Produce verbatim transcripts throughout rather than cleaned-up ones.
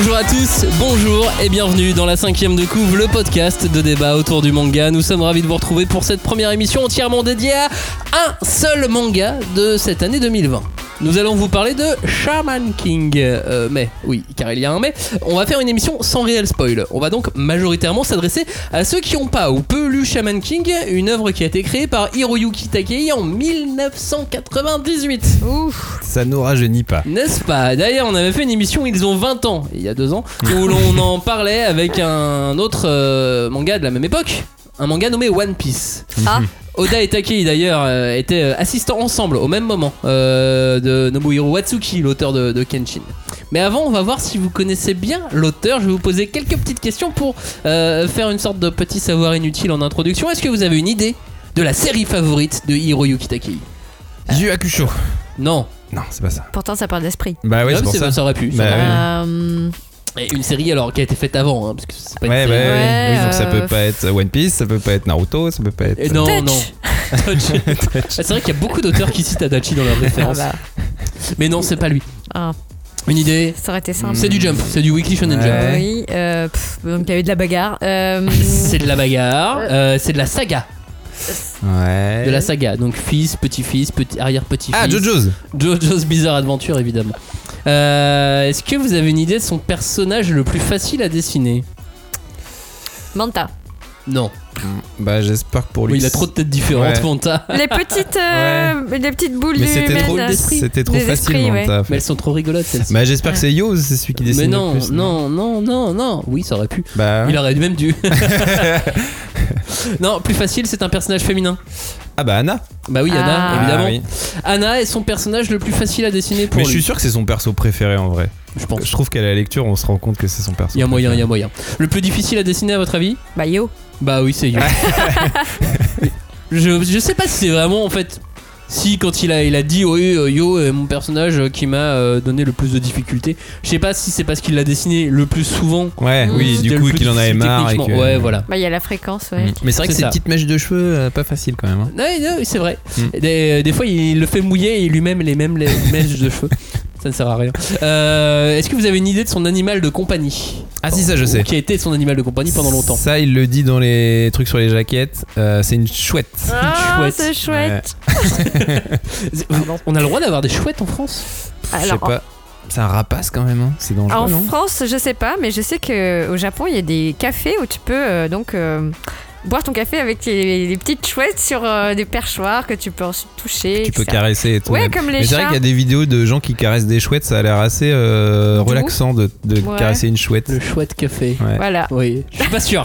Bonjour à tous, bonjour et bienvenue dans la cinquième de couve, le podcast de débat autour du manga. Nous sommes ravis de vous retrouver pour cette première émission entièrement dédiée à un seul manga de cette année deux mille vingt. Nous allons vous parler de Shaman King, euh, mais oui, car il y a un mais. On va faire une émission sans réel spoil. On va donc majoritairement s'adresser à ceux qui n'ont pas ou peu lu Shaman King, une œuvre qui a été créée par Hiroyuki Takei en dix-neuf cent quatre-vingt-dix-huit. Ouf, ça nous rajeunit pas. N'est-ce pas ? D'ailleurs, on avait fait une émission, ils ont vingt ans, il y a deux ans, où l'on en parlait avec un autre euh, manga de la même époque, un manga nommé One Piece. Ah. Oda et Takei d'ailleurs euh, étaient euh, assistants ensemble au même moment euh, de Nobuhiro Watsuki, l'auteur de, de Kenshin. Mais avant, on va voir si vous connaissez bien l'auteur. Je vais vous poser quelques petites questions pour euh, faire une sorte de petit savoir inutile en introduction. Est-ce que vous avez une idée de la série favorite de Hiroyuki Takei ? Yu Hakusho. Non. Non, c'est pas ça. Pourtant, ça parle d'esprit. Bah oui, Non, c'est pour c'est- ça. ça aurait pu. Bah ça aurait pu. Euh, Et une série alors qui a été faite avant, hein, parce que c'est pas une Ouais, bah série. Ouais, oui, donc ça euh, peut pas être One Piece, ça peut pas être Naruto, ça peut pas être. Et non, Touch. non. Touch. Ah, c'est vrai qu'il y a beaucoup d'auteurs qui citent Adachi dans leurs ah références. bah, Mais non, c'est pas lui. ah, Une idée ? ça aurait été simple. C'est du Jump, c'est du Weekly Shonen Ouais. Jump. Oui, euh, pff, donc il y a eu de la bagarre. Euh, C'est de la bagarre, euh, c'est de la saga. Ouais. De la saga, donc fils, petit-fils, petit, arrière-petit-fils. Ah, JoJo's. JoJo's Bizarre Adventure, évidemment. Euh, est-ce que vous avez une idée de son personnage le plus facile à dessiner ? Manta. Non. Bah, j'espère que pour lui. Oui, il a trop de têtes différentes, Ouais. Manta. Les petites, euh, les petites boules Mais c'était trop, humaines. c'était trop Des facile, esprits, Manta. en fait. Mais elles sont trop rigolotes, celles-ci. Bah, j'espère que c'est Yo, c'est celui qui dessine Mais non, le plus. non, non, non, non. Oui, ça aurait pu. Bah, Il aurait même dû. Non, plus facile, c'est un personnage féminin. ah bah Anna. Bah oui, Anna, Ah. évidemment. Ah, oui. Anna est son personnage le plus facile à dessiner pour Mais lui. je suis sûr que c'est son perso préféré en vrai. Je pense. Je trouve qu'à la lecture, on se rend compte que c'est son perso. Il y a moyen, il y préféré. a moyen. Le plus difficile à dessiner à votre avis ? Bah yo. Bah oui, c'est Yo. je, je sais pas si c'est vraiment en fait. Si quand il a, il a dit oui, euh, Yo est mon personnage qui m'a euh, donné le plus de difficultés. Je sais pas si c'est parce qu'il l'a dessiné le plus souvent. Ouais, Mmh. oui, C'était du le coup, plus qu'il en avait difficile marre. Et que... techniquement. Ouais, voilà. Bah il y a la fréquence, ouais. Mm. Mais c'est vrai que C'est ces ça. petites mèches de cheveux, euh, pas facile quand même. Hein. Ouais, ouais, c'est vrai. Mm. Des, des fois, il le fait mouiller et lui-même les mêmes les mèches de cheveux. Ça ne sert à rien. Euh, Est-ce que vous avez une idée de son animal de compagnie ? Ah si, ça je sais. Ou qui a été son animal de compagnie pendant longtemps. Ça, il le dit dans les trucs sur les jaquettes. Euh, c'est une chouette. Ah, chouette. c'est chouette. On a le droit d'avoir des chouettes en France ? Je sais Alors, pas. C'est un rapace quand même. Hein. C'est dangereux, en non France, je sais pas, mais je sais qu'au Japon, il y a des cafés où tu peux euh, donc euh, boire ton café avec les, les petites chouettes sur euh, des perchoirs que tu peux ensuite toucher. Tu peux et cetera. caresser et tout. Ouais, même. comme les Mais c'est vrai chats. qu'il y a des vidéos de gens qui caressent des chouettes. Ça a l'air assez euh, Doux. relaxant de, de Ouais. caresser une chouette. Le chouette café. Ouais. Voilà. Oui, je suis pas sûr.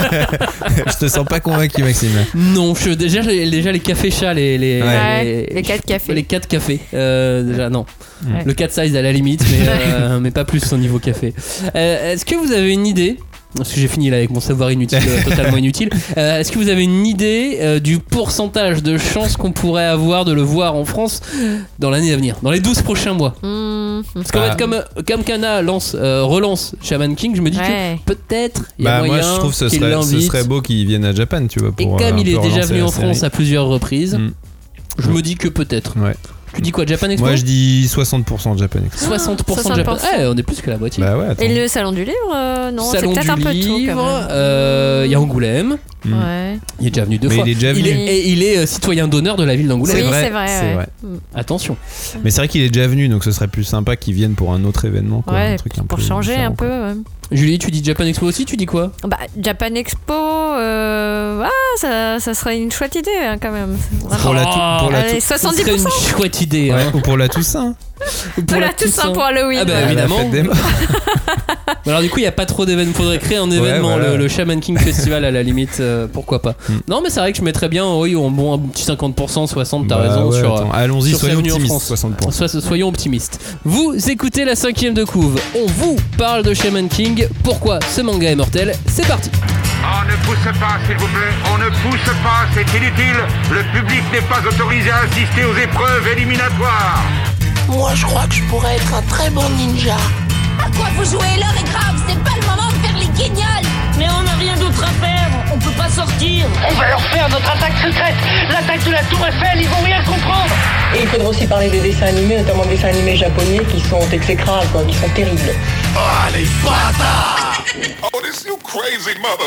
Je te sens pas convaincu, Maxime. Non, je, déjà, les, déjà les cafés chats, les les, Ouais, les quatre cafés. les quatre cafés. Euh, déjà non. Ouais. Le quatre size à la limite, mais euh, mais pas plus au niveau café. Euh, Est-ce que vous avez une idée? Parce que j'ai fini là avec mon savoir inutile, euh, totalement inutile. Euh, Est-ce que vous avez une idée euh, du pourcentage de chances qu'on pourrait avoir de le voir en France dans l'année à venir, dans les douze prochains mois? Mmh. Parce qu'en Bah. fait, comme, comme Kana lance, euh, relance Shaman King, je me dis Ouais. que peut-être il y a Bah, moyen moi, je trouve que ce qu'il serait, ce l'invite. serait beau qu'il vienne à Japan, tu vois. Et Pour, comme euh, il un est peu déjà relancer venu la en France série. à plusieurs reprises, Mm. je me dis que peut-être. Ouais. Tu dis quoi, Japan Expo? Moi, je dis soixante pour cent de Japan Expo. soixante pour cent de Japan. soixante pour cent. Eh, on est plus que la moitié. Bah ouais, attends. Et le salon du livre, euh, non, c'est Salon peut-être un du peu tôt livre, quand même. euh, il y a Angoulême, Mm. Ouais. il est déjà venu deux Mais fois. il est déjà venu. est, et il est euh, citoyen d'honneur de la ville d'Angoulême. Oui, vrai, c'est vrai. c'est ouais. vrai. Mm. Attention. Mais c'est vrai qu'il est déjà venu, donc ce serait plus sympa qu'il vienne pour un autre événement. Quoi, Ouais, un truc un pour peu changer différent, un peu. quoi. ouais. Julie, tu dis Japan Expo aussi, tu dis quoi? Bah, Japan Expo, euh, ah, ça, ça serait une chouette idée hein, quand même. Pour la, tou- pour la, Allez, tou- Ce soixante-dix serait pour cent. une chouette idée. ouais, hein. ou pour la Toussaint. Ou Pour la Toussaint pour Halloween. Ah bah, À la évidemment. fête des morts. Alors du coup, il y a pas trop d'événements. Faudrait créer un événement, voilà. le, le Shaman King Festival à la limite. euh, pourquoi pas? Mm. Non, mais c'est vrai que je mettrais bien, oui, en bon un petit cinquante pour cent, soixante. T'as Bah raison ouais, sur. attends, allons-y, sur sa soyons venue en optimistes. France. soixante pour cent. Soit, soyons optimistes. Vous écoutez la cinquième de couve. On vous parle de Shaman King. Pourquoi ce manga est mortel? C'est parti. On ne pousse pas, s'il vous plaît. On ne pousse pas, c'est inutile. Le public n'est pas autorisé à assister aux épreuves éliminatoires. Moi, je crois que je pourrais être un très bon ninja. À quoi vous jouez? L'heure est grave, c'est pas le moment de faire les guignols. Mais on n'a rien d'autre à faire. On peut pas sortir. On va leur faire notre attaque secrète, l'attaque de la Tour Eiffel, ils vont rien comprendre. Et il faudra aussi parler des dessins animés, notamment des dessins animés japonais qui sont exécrables, quoi, qui sont terribles. Ah, les bâtards! Oh, this you crazy mother!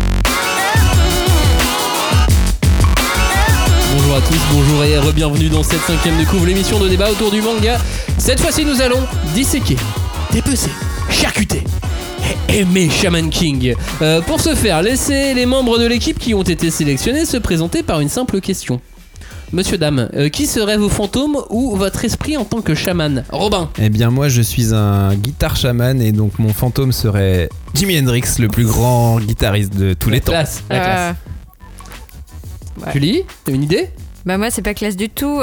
Bonjour à tous, bonjour et re-bienvenue dans cette cinquième de couvre, l'émission de débat autour du manga. Cette fois-ci, nous allons disséquer, dépecer, charcuter et aimer Shaman King. Euh, pour ce faire, laissez les membres de l'équipe qui ont été sélectionnés se présenter par une simple question. Monsieur, dame, euh, qui seraient vos fantômes ou votre esprit en tant que chaman? Robin. Eh bien moi je suis un guitare chaman et donc mon fantôme serait Jimi Hendrix, le plus grand guitariste de tous les temps. Classe, la classe. Euh... Ouais. Julie, t'as une idée? Bah moi c'est pas classe du tout.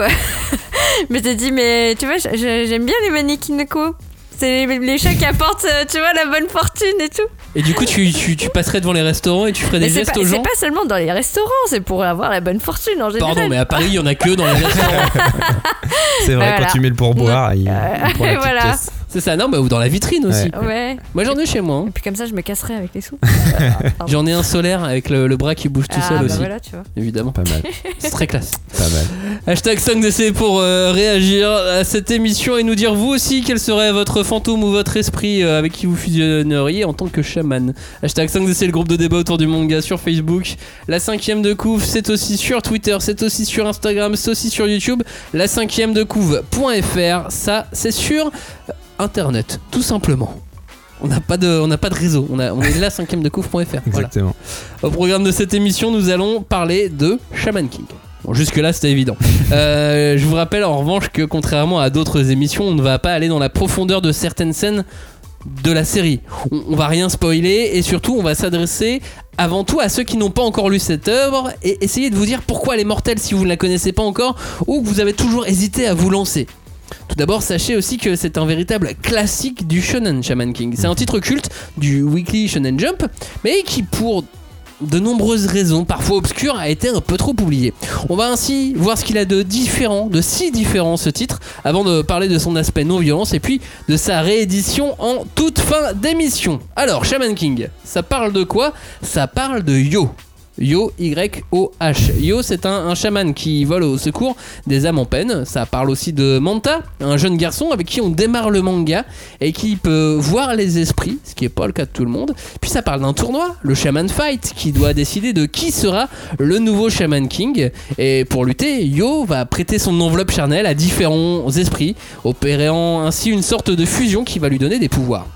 Mais t'as dit, mais tu vois, j'aime bien les mannequins. C'est les, les chats qui apportent, tu vois, la bonne fortune et tout. Et du coup, tu, tu, tu passerais devant les restaurants et tu ferais des gestes pas, aux gens? C'est pas seulement dans les restaurants, c'est pour avoir la bonne fortune en général. Pardon, mais à Paris, il y en a que dans les restaurants. C'est vrai, voilà. Quand tu mets le pourboire, il, il prend la petite voilà. pièce. C'est ça, non, bah, ou dans la vitrine aussi. Ouais. ouais. Moi, j'en ai chez moi. Hein. Et puis comme ça, je me casserai avec les sous. J'en ai un solaire avec le, le bras qui bouge tout ah, seul bah aussi. Voilà, tu vois. Évidemment. Pas mal. C'est très classe. Pas mal. Hashtag cinq D C pour euh, réagir à cette émission et nous dire vous aussi quel serait votre fantôme ou votre esprit euh, avec qui vous fusionneriez en tant que chaman. Hashtag cinq D C, le groupe de débat autour du manga sur Facebook. La cinquième de couve, c'est aussi sur Twitter, c'est aussi sur Instagram, c'est aussi sur YouTube. La cinquième de couve.fr, ça c'est sur Internet, tout simplement. On n'a pas de, on n'a pas de réseau. On, a, on est la cinquième de couve.fr. Exactement. Voilà. Au programme de cette émission, nous allons parler de Shaman King. Bon, jusque-là, c'était évident. euh, je vous rappelle en revanche que contrairement à d'autres émissions, on ne va pas aller dans la profondeur de certaines scènes de la série. On, on va rien spoiler et surtout, on va s'adresser avant tout à ceux qui n'ont pas encore lu cette œuvre et essayer de vous dire pourquoi elle est mortelle si vous ne la connaissez pas encore ou que vous avez toujours hésité à vous lancer. Tout d'abord, sachez aussi que c'est un véritable classique du shonen, Shaman King. C'est un titre culte du Weekly Shonen Jump, mais qui, pour de nombreuses raisons, parfois obscures, a été un peu trop oublié. On va ainsi voir ce qu'il a de différent, de si différent ce titre, avant de parler de son aspect non-violence et puis de sa réédition en toute fin d'émission. Alors, Shaman King, ça parle de quoi? Ça parle de Yo. Yo, Y O H. Yo, c'est un, un chaman qui vole au secours des âmes en peine. Ça parle aussi de Manta, un jeune garçon avec qui on démarre le manga et qui peut voir les esprits, ce qui n'est pas le cas de tout le monde. Puis ça parle d'un tournoi, le Shaman Fight, qui doit décider de qui sera le nouveau Shaman King. Et pour lutter, Yo va prêter son enveloppe charnelle à différents esprits, opérant ainsi une sorte de fusion qui va lui donner des pouvoirs.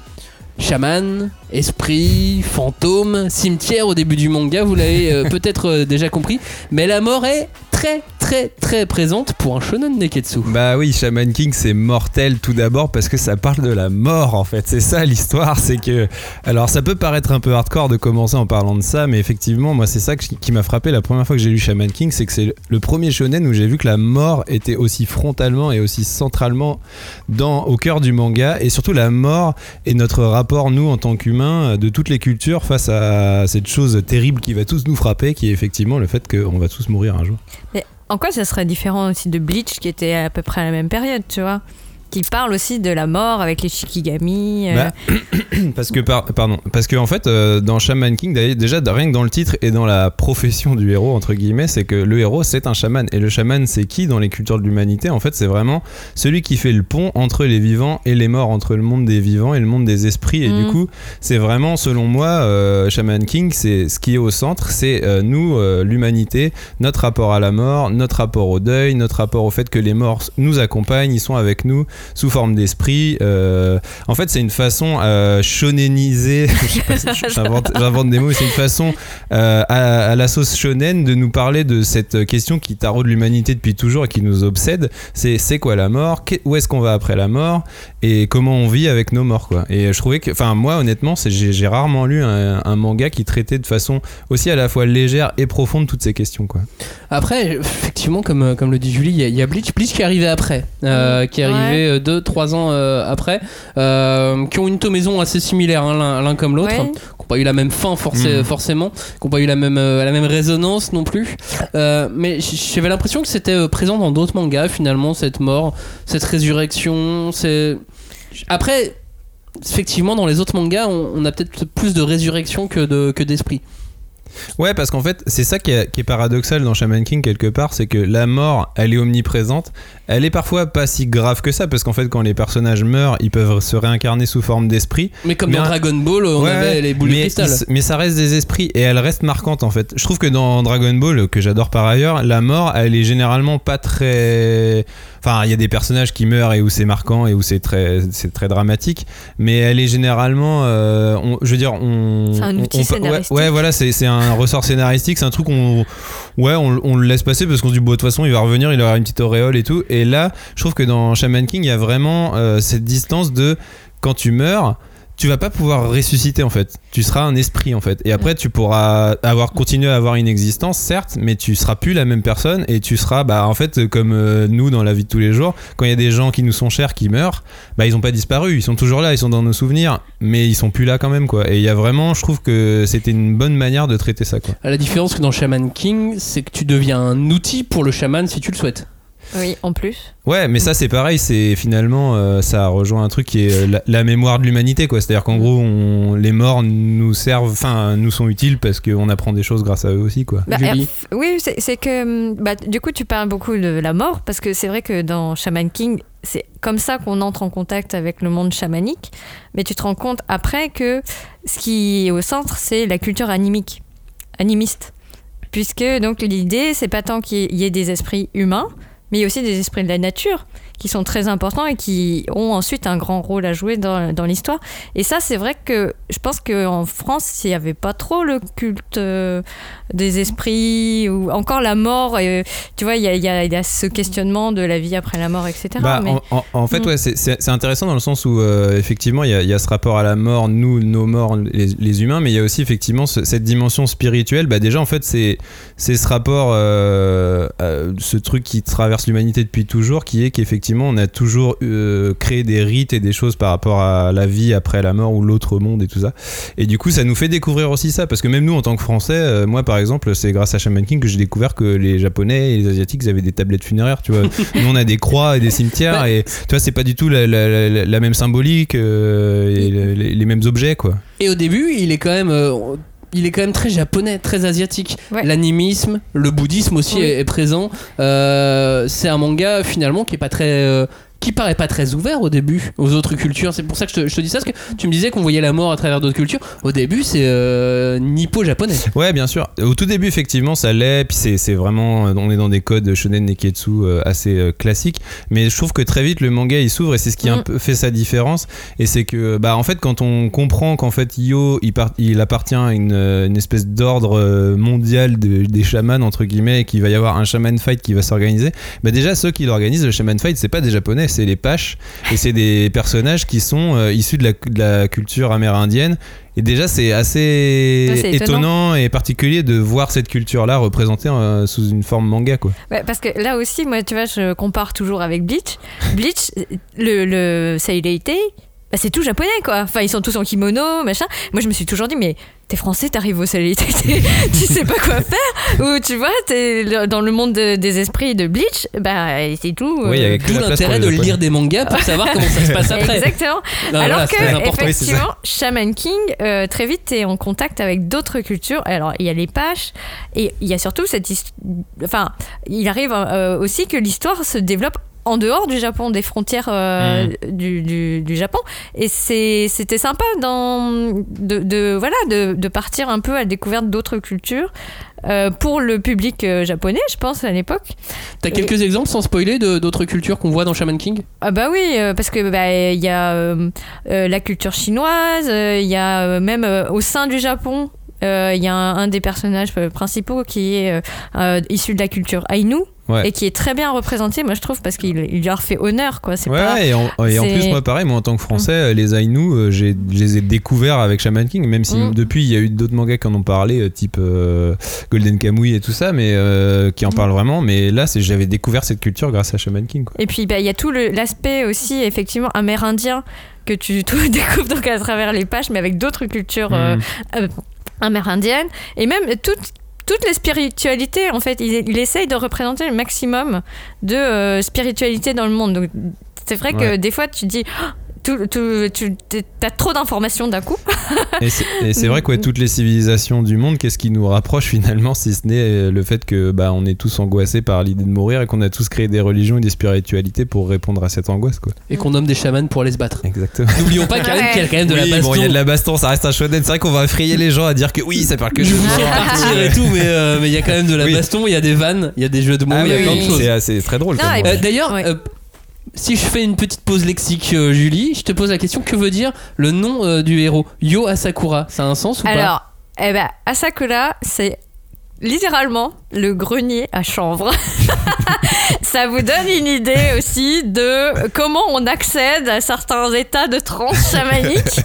Chaman, esprit, fantôme, cimetière au début du manga, vous l'avez euh, peut-être euh, déjà compris, mais la mort est très très très présente pour un shonen neketsu. Bah oui, Shaman King c'est mortel tout d'abord parce que ça parle de la mort en fait, c'est ça l'histoire, c'est que... Alors ça peut paraître un peu hardcore de commencer en parlant de ça, mais effectivement moi c'est ça qui m'a frappé la première fois que j'ai lu Shaman King, c'est que c'est le premier shonen où j'ai vu que la mort était aussi frontalement et aussi centralement dans, au cœur du manga, et surtout la mort et notre rapport nous en tant qu'humains de toutes les cultures face à cette chose terrible qui va tous nous frapper, qui est effectivement le fait qu'on va tous mourir un jour. Mais en quoi ça serait différent aussi de Bleach qui était à peu près à la même période, tu vois, qui parle aussi de la mort avec les Shikigami. Euh... Bah, parce que par, pardon, parce que en fait, euh, dans Shaman King, déjà rien que dans le titre et dans la profession du héros entre guillemets, c'est que le héros c'est un chaman, et le chaman c'est qui dans les cultures de l'humanité? En fait, c'est vraiment celui qui fait le pont entre les vivants et les morts, entre le monde des vivants et le monde des esprits. Et mmh. du coup, c'est vraiment, selon moi, euh, Shaman King, c'est ce qui est au centre, c'est euh, nous, euh, l'humanité, notre rapport à la mort, notre rapport au deuil, notre rapport au fait que les morts nous accompagnent, ils sont avec nous sous forme d'esprit. Euh, en fait, c'est une façon euh, shonenisée, je sais pas si j'invente, j'invente des mots, c'est une façon euh, à, à la sauce shonen de nous parler de cette question qui taraude l'humanité depuis toujours et qui nous obsède. C'est, c'est quoi la mort? Où est-ce qu'on va après la mort? Et comment on vit avec nos morts, quoi. Et je trouvais que, enfin, moi, honnêtement, c'est, j'ai, j'ai rarement lu un, un manga qui traitait de façon aussi à la fois légère et profonde toutes ces questions, quoi. Après, effectivement, comme, comme le dit Julie, il y, y a Bleach, Bleach qui est arrivé après, euh, qui est arrivé ouais. deux trois ans euh, après, euh, qui ont une tomaison assez similaire, hein, l'un, l'un comme l'autre, ouais. qui n'ont pas eu la même fin forcé, mmh. forcément, qui n'ont pas eu la même, euh, la même résonance non plus. Euh, mais j'avais l'impression que c'était présent dans d'autres mangas, finalement, cette mort, cette résurrection. C'est... Après, effectivement, dans les autres mangas, on, on a peut-être plus de résurrection que, de, que d'esprit. Ouais, parce qu'en fait, c'est ça qui est, qui est paradoxal dans Shaman King quelque part, c'est que la mort, elle est omniprésente. Elle est parfois pas si grave que ça, parce qu'en fait, quand les personnages meurent, ils peuvent se réincarner sous forme d'esprit. Mais comme mais dans un... Dragon Ball, on ouais, avait les boules mais de cristal. Il, mais ça reste des esprits et elle reste marquante en fait. Je trouve que dans Dragon Ball, que j'adore par ailleurs, la mort, elle est généralement pas très. Enfin, il y a des personnages qui meurent et où c'est marquant et où c'est très, c'est très dramatique, mais elle est généralement, euh, on, je veux dire, on. C'est un outil on, on, scénaristique. Ouais, ouais, voilà, c'est, c'est un ressort scénaristique, c'est un truc qu'on, ouais, on, on le laisse passer parce qu'on se dit, bon, de toute façon, il va revenir, il aura une petite auréole et tout. Et là, je trouve que dans Shaman King, il y a vraiment euh, cette distance de quand tu meurs. Tu vas pas pouvoir ressusciter en fait. Tu seras un esprit en fait. Et après tu pourras avoir continué à avoir une existence certes, mais tu seras plus la même personne et tu seras bah en fait comme euh, nous dans la vie de tous les jours. Quand il y a des gens qui nous sont chers qui meurent, bah ils ont pas disparu. Ils sont toujours là, ils sont dans nos souvenirs, mais ils sont plus là quand même quoi. Et il y a vraiment, je trouve que c'était une bonne manière de traiter ça quoi. La différence que dans Shaman King, c'est que tu deviens un outil pour le chaman si tu le souhaites. Oui, en plus. Ouais, mais ça c'est pareil, c'est finalement euh, ça rejoint un truc qui est euh, la, la mémoire de l'humanité quoi. C'est-à-dire qu'en gros, on, les morts nous servent, enfin nous sont utiles parce qu'on apprend des choses grâce à eux aussi quoi. Bah, Julie. euh, oui, c'est, c'est que bah, du coup tu parles beaucoup de la mort parce que c'est vrai que dans Shaman King, c'est comme ça qu'on entre en contact avec le monde chamanique, mais tu te rends compte après que ce qui est au centre, c'est la culture animique, animiste, puisque donc l'idée c'est pas tant qu'il y ait des esprits humains, mais il y a aussi des esprits de la nature qui sont très importants et qui ont ensuite un grand rôle à jouer dans, dans l'histoire. Et ça, c'est vrai que je pense qu'en France, il n'y avait pas trop le culte euh, des esprits ou encore la mort. Euh, tu vois, il y a, y, a, y a ce questionnement de la vie après la mort, et cetera. Bah, mais... en, en, en fait, mmh. ouais, c'est, c'est, c'est intéressant dans le sens où euh, effectivement, il y, y a ce rapport à la mort, nous, nos morts, les, les humains, mais il y a aussi effectivement ce, cette dimension spirituelle. Bah, déjà, en fait, c'est, c'est ce rapport, euh, euh, ce truc qui traverse l'humanité depuis toujours, qui est qu'effectivement, on a toujours euh, créé des rites et des choses par rapport à la vie après la mort ou l'autre monde et tout ça. Et du coup, ça nous fait découvrir aussi ça, parce que même nous, en tant que Français, euh, moi, par exemple, c'est grâce à Shaman King que j'ai découvert que les Japonais et les Asiatiques, ils avaient des tablettes funéraires, tu vois. Nous, on a des croix et des cimetières, et tu vois, c'est pas du tout la, la, la, la même symbolique euh, et les, les mêmes objets, quoi. Et au début, il est quand même... Euh, il est quand même très japonais, très asiatique. Ouais. L'animisme, le bouddhisme aussi oui. est, est présent. Euh, c'est un manga finalement qui est pas très... Euh, qui paraît pas très ouvert au début aux autres cultures. C'est pour ça que je te, je te dis ça, parce que tu me disais qu'on voyait la mort à travers d'autres cultures. Au début, c'est euh, nippo-japonais. Ouais, bien sûr. Au tout début, effectivement, ça l'est. Puis c'est, c'est vraiment... On est dans des codes shonen neketsu euh, assez euh, classiques. Mais je trouve que très vite, le manga, il s'ouvre. Et c'est ce qui mmh. un peu fait sa différence. Et c'est que, bah, en fait, quand on comprend qu'en fait, Io, il, part, il appartient à une, une espèce d'ordre mondial de, des chamans, entre guillemets, et qu'il va y avoir un shaman fight qui va s'organiser, bah déjà, ceux qui l'organisent, le shaman fight, c'est pas des japonais, c'est les Paches, et c'est des personnages qui sont euh, issus de la, de la culture amérindienne. Et déjà, c'est assez ouais, c'est étonnant. étonnant et particulier de voir cette culture-là représentée euh, sous une forme manga, quoi. Ouais, parce que là aussi, moi, tu vois, je compare toujours avec Bleach. Bleach, le, le Seireitei, bah, c'est tout japonais, quoi. Enfin, ils sont tous en kimono, machin. Moi, je me suis toujours dit, mais t'es français, t'arrives au Seireitei, tu sais pas quoi faire. Ou tu vois, t'es dans le monde de, des esprits de Bleach, bah c'est tout. Oui, euh... D'où l'intérêt de lire des mangas pour savoir comment ça se passe après. Exactement. Non, alors voilà, que, effectivement, oui, Shaman King, euh, très vite, t'es en contact avec d'autres cultures. Alors, il y a les Paches, et il y a surtout cette histoire. Enfin, il arrive euh, aussi que l'histoire se développe en dehors du Japon, des frontières euh, mmh. du, du, du Japon, et c'est, c'était sympa dans, de, de, voilà, de, de partir un peu à la découverte d'autres cultures euh, pour le public euh, japonais, je pense, à l'époque. T'as quelques et... exemples sans spoiler de, d'autres cultures qu'on voit dans Shaman King ? Ah bah oui, euh, parce que bah, y a euh, euh, la culture chinoise, il euh, y a euh, même euh, au sein du Japon, il euh, y a un, un des personnages principaux qui est euh, euh, issu de la culture Ainu. Ouais. Et qui est très bien représenté, moi je trouve, parce qu'il il leur fait honneur, quoi. C'est ouais, pas, et, en, et c'est... en plus, moi pareil, moi en tant que Français, mmh. les Ainu, euh, j'ai, je les ai découverts avec Shaman King, même si mmh. depuis il y a eu d'autres mangas qui en ont parlé, type euh, Golden Kamuy et tout ça, mais euh, qui en mmh. parlent vraiment. Mais là, c'est, j'avais découvert cette culture grâce à Shaman King, quoi. Et puis il bah, y a tout le, l'aspect aussi, effectivement, amérindien que tu découvres donc à travers les pages, mais avec d'autres cultures mmh. euh, euh, amérindiennes, et même toute toutes les spiritualités, en fait, il, il essaye de représenter le maximum de euh, spiritualité dans le monde. Donc, c'est vrai ouais. que des fois, tu te dis, oh, tout, tout, tu as trop d'informations d'un coup. Et c'est, et c'est vrai que ouais, toutes les civilisations du monde, qu'est-ce qui nous rapproche finalement, si ce n'est le fait que bah, on est tous angoissés par l'idée de mourir et qu'on a tous créé des religions et des spiritualités pour répondre à cette angoisse, quoi. Et qu'on nomme des chamans pour aller se battre. Exactement. N'oublions pas qu'il y a quand même de oui, la baston. Bon, il y a de la baston, ça reste un shonen. C'est vrai qu'on va effrayer les gens à dire que oui, ça parle que je de vous partir et tout, mais euh, mais il y a quand même de la oui. baston, il y a des vannes, il y a des jeux de mots, il ah, y a oui, plein oui. de choses. C'est, c'est très drôle. Non, euh, D'ailleurs. Ouais. Euh, Si je fais une petite pause lexique, euh, Julie, je te pose la question, que veut dire le nom euh, du héros, Yo Asakura? Ça a un sens ou pas? Alors, eh ben, Asakura, c'est littéralement le grenier à chanvre. Ça vous donne une idée aussi de comment on accède à certains états de transe chamanique.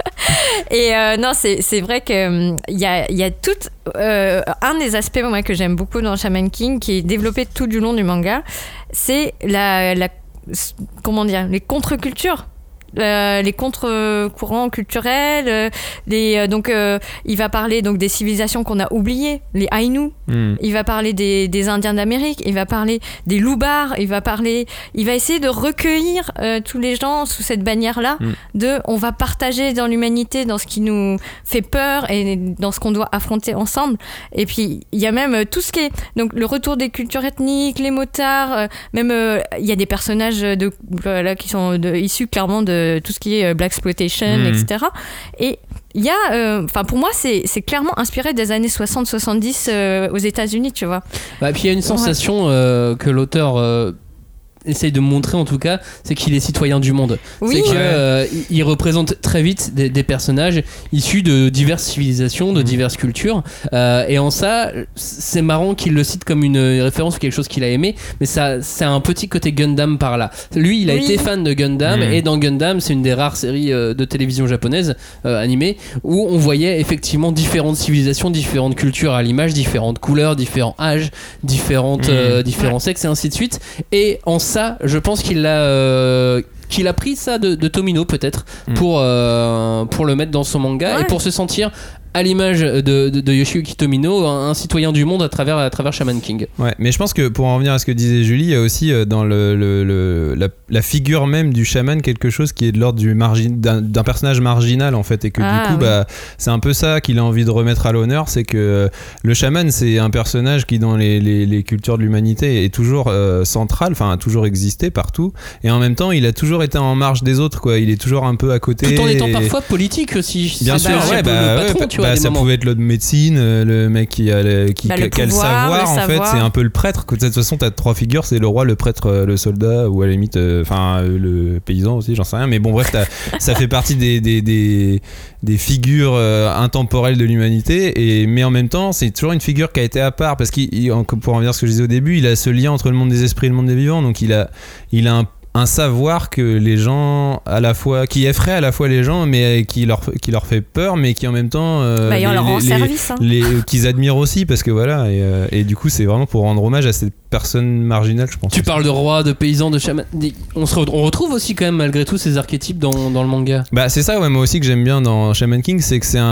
Et euh, non, c'est, c'est vrai qu'il y a, y a tout... Euh, un des aspects moi, que j'aime beaucoup dans Shaman King, qui est développé tout du long du manga, c'est la... la comment dire, les contre-cultures. Euh, les contre-courants culturels, euh, les, euh, donc euh, il va parler donc des civilisations qu'on a oubliées, les Ainu. Mm. Il va parler des, des Indiens d'Amérique. Il va parler des loupards. Il va parler, il va essayer de recueillir euh, tous les gens sous cette bannière-là. Mm. De, on va partager dans l'humanité, dans ce qui nous fait peur et dans ce qu'on doit affronter ensemble. Et puis il y a même tout ce qui est donc le retour des cultures ethniques, les motards. Euh, même il euh, y a des personnages de là qui sont de, issus clairement de tout ce qui est blaxploitation, mmh. et cetera. Et il y a, enfin euh, pour moi, c'est, c'est clairement inspiré des années soixante soixante-dix euh, aux États-Unis, tu vois. Bah, puis il y a une sensation ouais. euh, que l'auteur euh, essaye de montrer en tout cas, c'est qu'il est citoyen du monde. Oui. C'est qu'il euh, il représente très vite des, des personnages issus de diverses civilisations, de mmh. diverses cultures. Euh, et en ça, c'est marrant qu'il le cite comme une référence ou quelque chose qu'il a aimé, mais ça, c'est un petit côté Gundam par là. Lui, il a oui. été fan de Gundam, mmh. et dans Gundam, c'est une des rares séries euh, de télévision japonaise euh, animée où on voyait effectivement différentes civilisations, différentes cultures à l'image, différentes couleurs, différents âges, différentes, mmh. euh, différents ouais. sexes et ainsi de suite. Et en ça, je pense qu'il a, euh, qu'il a pris ça de, de Tomino peut-être mm. pour, euh, pour le mettre dans son manga ouais. et pour se sentir à l'image de, de, de Yoshiyuki Tomino, un, un citoyen du monde à travers, à travers Shaman King. Ouais, mais je pense que pour en revenir à ce que disait Julie, il y a aussi euh, dans le, le, le, la, la figure même du chaman quelque chose qui est de l'ordre du margin, d'un, d'un personnage marginal en fait, et que ah, du coup oui. bah, c'est un peu ça qu'il a envie de remettre à l'honneur, c'est que euh, le chaman c'est un personnage qui dans les, les, les cultures de l'humanité est toujours euh, central, enfin a toujours existé partout, et en même temps il a toujours été en marge des autres, quoi. Il est toujours un peu à côté. Tout en étant et... parfois politique aussi. Bien sûr, bah, ouais, bah, le patron, ouais, tu bah, vois, ça moments. pouvait être l'autre médecine, le mec qui a le, qui, bah, qui, le qui a pouvoir, le savoir, le en savoir. fait, c'est un peu le prêtre. De toute façon, t'as trois figures, c'est le roi, le prêtre, le soldat, ou à la limite, enfin euh, le paysan aussi, j'en sais rien. Mais bon, bref, ça fait partie des, des, des, des figures euh, intemporelles de l'humanité. Et mais en même temps, c'est toujours une figure qui a été à part, parce qu'il, pour en revenir à ce que je disais au début, il a ce lien entre le monde des esprits et le monde des vivants. Donc il a, il a un un savoir que les gens à la fois qui effraie à la fois les gens mais qui leur qui leur fait peur mais qui en même temps euh, bah, les, leur rend les, service, hein. les, les qu'ils admirent aussi parce que voilà et, euh, et du coup c'est vraiment pour rendre hommage à cette personne marginale, je pense. Tu parles de roi, de paysan, de chaman. On se re- on retrouve aussi quand même malgré tout ces archétypes dans dans le manga. Bah c'est ça, ouais, moi aussi que j'aime bien dans Shaman King, c'est que c'est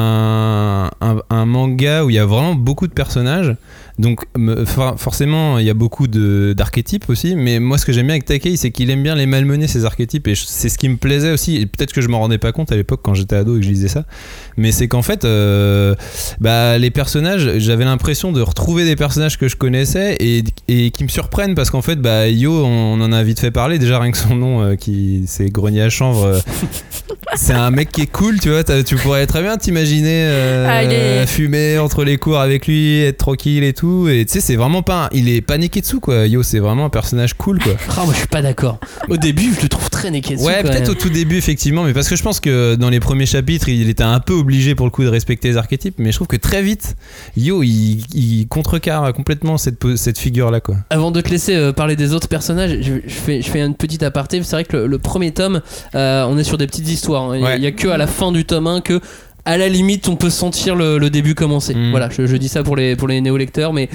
un un, un manga où il y a vraiment beaucoup de personnages. Donc forcément il y a beaucoup de, d'archétypes aussi, mais moi ce que j'aime bien avec Takei c'est qu'il aime bien les malmener ces archétypes et c'est ce qui me plaisait aussi, et peut-être que je m'en rendais pas compte à l'époque quand j'étais ado et que je lisais ça, mais c'est qu'en fait euh, bah, les personnages, j'avais l'impression de retrouver des personnages que je connaissais et, et qui me surprennent parce qu'en fait bah, Yo on en a vite fait parler, déjà rien que son nom euh, qui c'est Grenier à Chanvre euh, c'est un mec qui est cool, tu vois, tu pourrais très bien t'imaginer euh, ah, est... fumer entre les cours avec lui, être tranquille et tout. Et tu sais, c'est vraiment pas un... il est pas Neketsu quoi. Yo, c'est vraiment un personnage cool quoi. Ah, moi je suis pas d'accord. Au début, je le trouve très Neketsu. Ouais, peut-être même. Au tout début effectivement, mais parce que je pense que dans les premiers chapitres, il était un peu obligé pour le coup de respecter les archétypes, mais je trouve que très vite, Yo, il, il contrecarre complètement cette cette figure là quoi. Avant de te laisser euh, parler des autres personnages, je, je fais je fais une petite aparté. C'est vrai que le, le premier tome, euh, on est sur des petites histoires. Hein. Ouais. Il y a que à la fin du tome un que à la limite on peut sentir le, le début commencer. Mmh. Voilà, je, je dis ça pour les, pour les néo-lecteurs, mais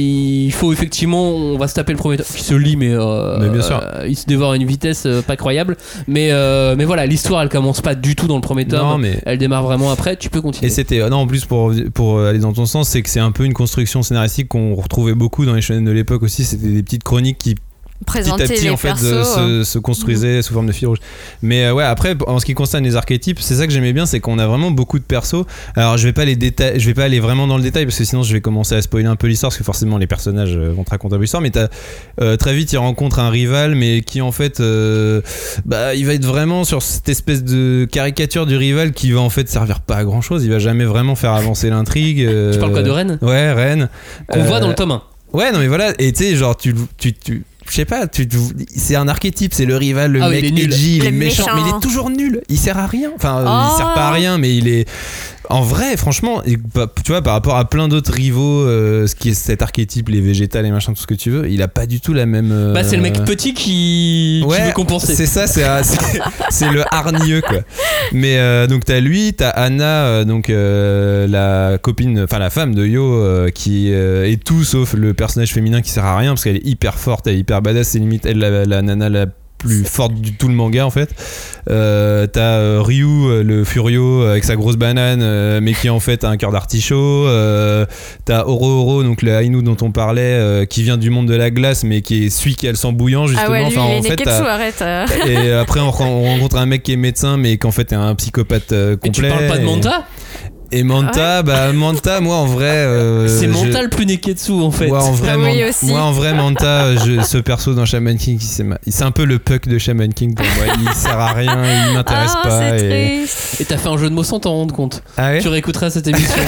il faut effectivement, on va se taper le premier tome qui se lit, mais, euh, mais bien sûr. Euh, il se dévore à une vitesse euh, pas croyable, mais, euh, mais voilà, l'histoire elle commence pas du tout dans le premier tome, non, mais... elle démarre vraiment après, tu peux continuer. Et c'était, non en plus pour, pour aller dans ton sens, c'est que c'est un peu une construction scénaristique qu'on retrouvait beaucoup dans les shonen de l'époque aussi, c'était des petites chroniques qui présenter petit à petit les en fait persos, de- se, euh. se construisait sous forme de fil rouge. Mais euh, ouais, après en ce qui concerne les archétypes, c'est ça que j'aimais bien, c'est qu'on a vraiment beaucoup de persos. Alors je vais pas les détails, je vais pas aller vraiment dans le détail parce que sinon je vais commencer à spoiler un peu l'histoire parce que forcément les personnages euh, vont te raconter un peu l'histoire. Mais t'as, euh, très vite il rencontre un rival, mais qui en fait euh, bah il va être vraiment sur cette espèce de caricature du rival qui va en fait servir pas à grand chose. Il va jamais vraiment faire avancer l'intrigue. euh, Tu parles quoi de Ren ? Ouais, Ren. Qu'on Euh, voit dans le tome un. Ouais, non mais voilà, et tu sais, genre, tu, tu, tu, je sais pas, tu, tu- c'est un archétype, c'est le rival, le Ah oui, mec il est nul. edgy, il Le est méchant, méchant. mais il est toujours nul, il sert à rien, enfin, Oh. il sert pas à rien, mais il est, en vrai, franchement, et, bah, tu vois, par rapport à plein d'autres rivaux, euh, ce qui est cet archétype, les végétales, les machins, tout ce que tu veux, il a pas du tout la même. euh, Bah, c'est le mec petit qui, qui Ouais, veut compenser. c'est ça, c'est, euh, c'est, c'est le hargneux quoi. Mais euh, donc t'as lui, t'as Anna, euh, donc euh, la copine, enfin la femme de Yo, euh, qui euh, est tout sauf le personnage féminin qui sert à rien parce qu'elle est hyper forte, elle est hyper badass, c'est limite elle la, la nana la plus forte du tout le manga en fait. Euh, t'as euh, Ryu, euh, le Furio avec sa grosse banane, euh, mais qui en fait a un cœur d'artichaut. Euh, t'as Oro Oro, donc le Ainu dont on parlait, euh, qui vient du monde de la glace, mais qui est celui qui a le sang bouillant justement. Ah ouais, lui, Enfin, il est en fait, Neketsu, t'as- arrête. euh. et après on, on rencontre un mec qui est médecin mais qu'en fait est un psychopathe euh, Et tu complet. parles pas de Manta ? Et Manta, bah Manta, moi en vrai. euh, C'est je- mental plus Neketsu en fait. Moi en vrai, Ah oui, Man- aussi. moi en vrai Manta, je- ce perso dans Shaman King, c'est, ma- c'est un peu le Puck de Shaman King pour moi. Il sert à rien, il m'intéresse Ah, pas. c'est et... triste. Et t'as fait un jeu de mots sans t'en rendre compte. Ah ouais Tu réécouteras cette émission.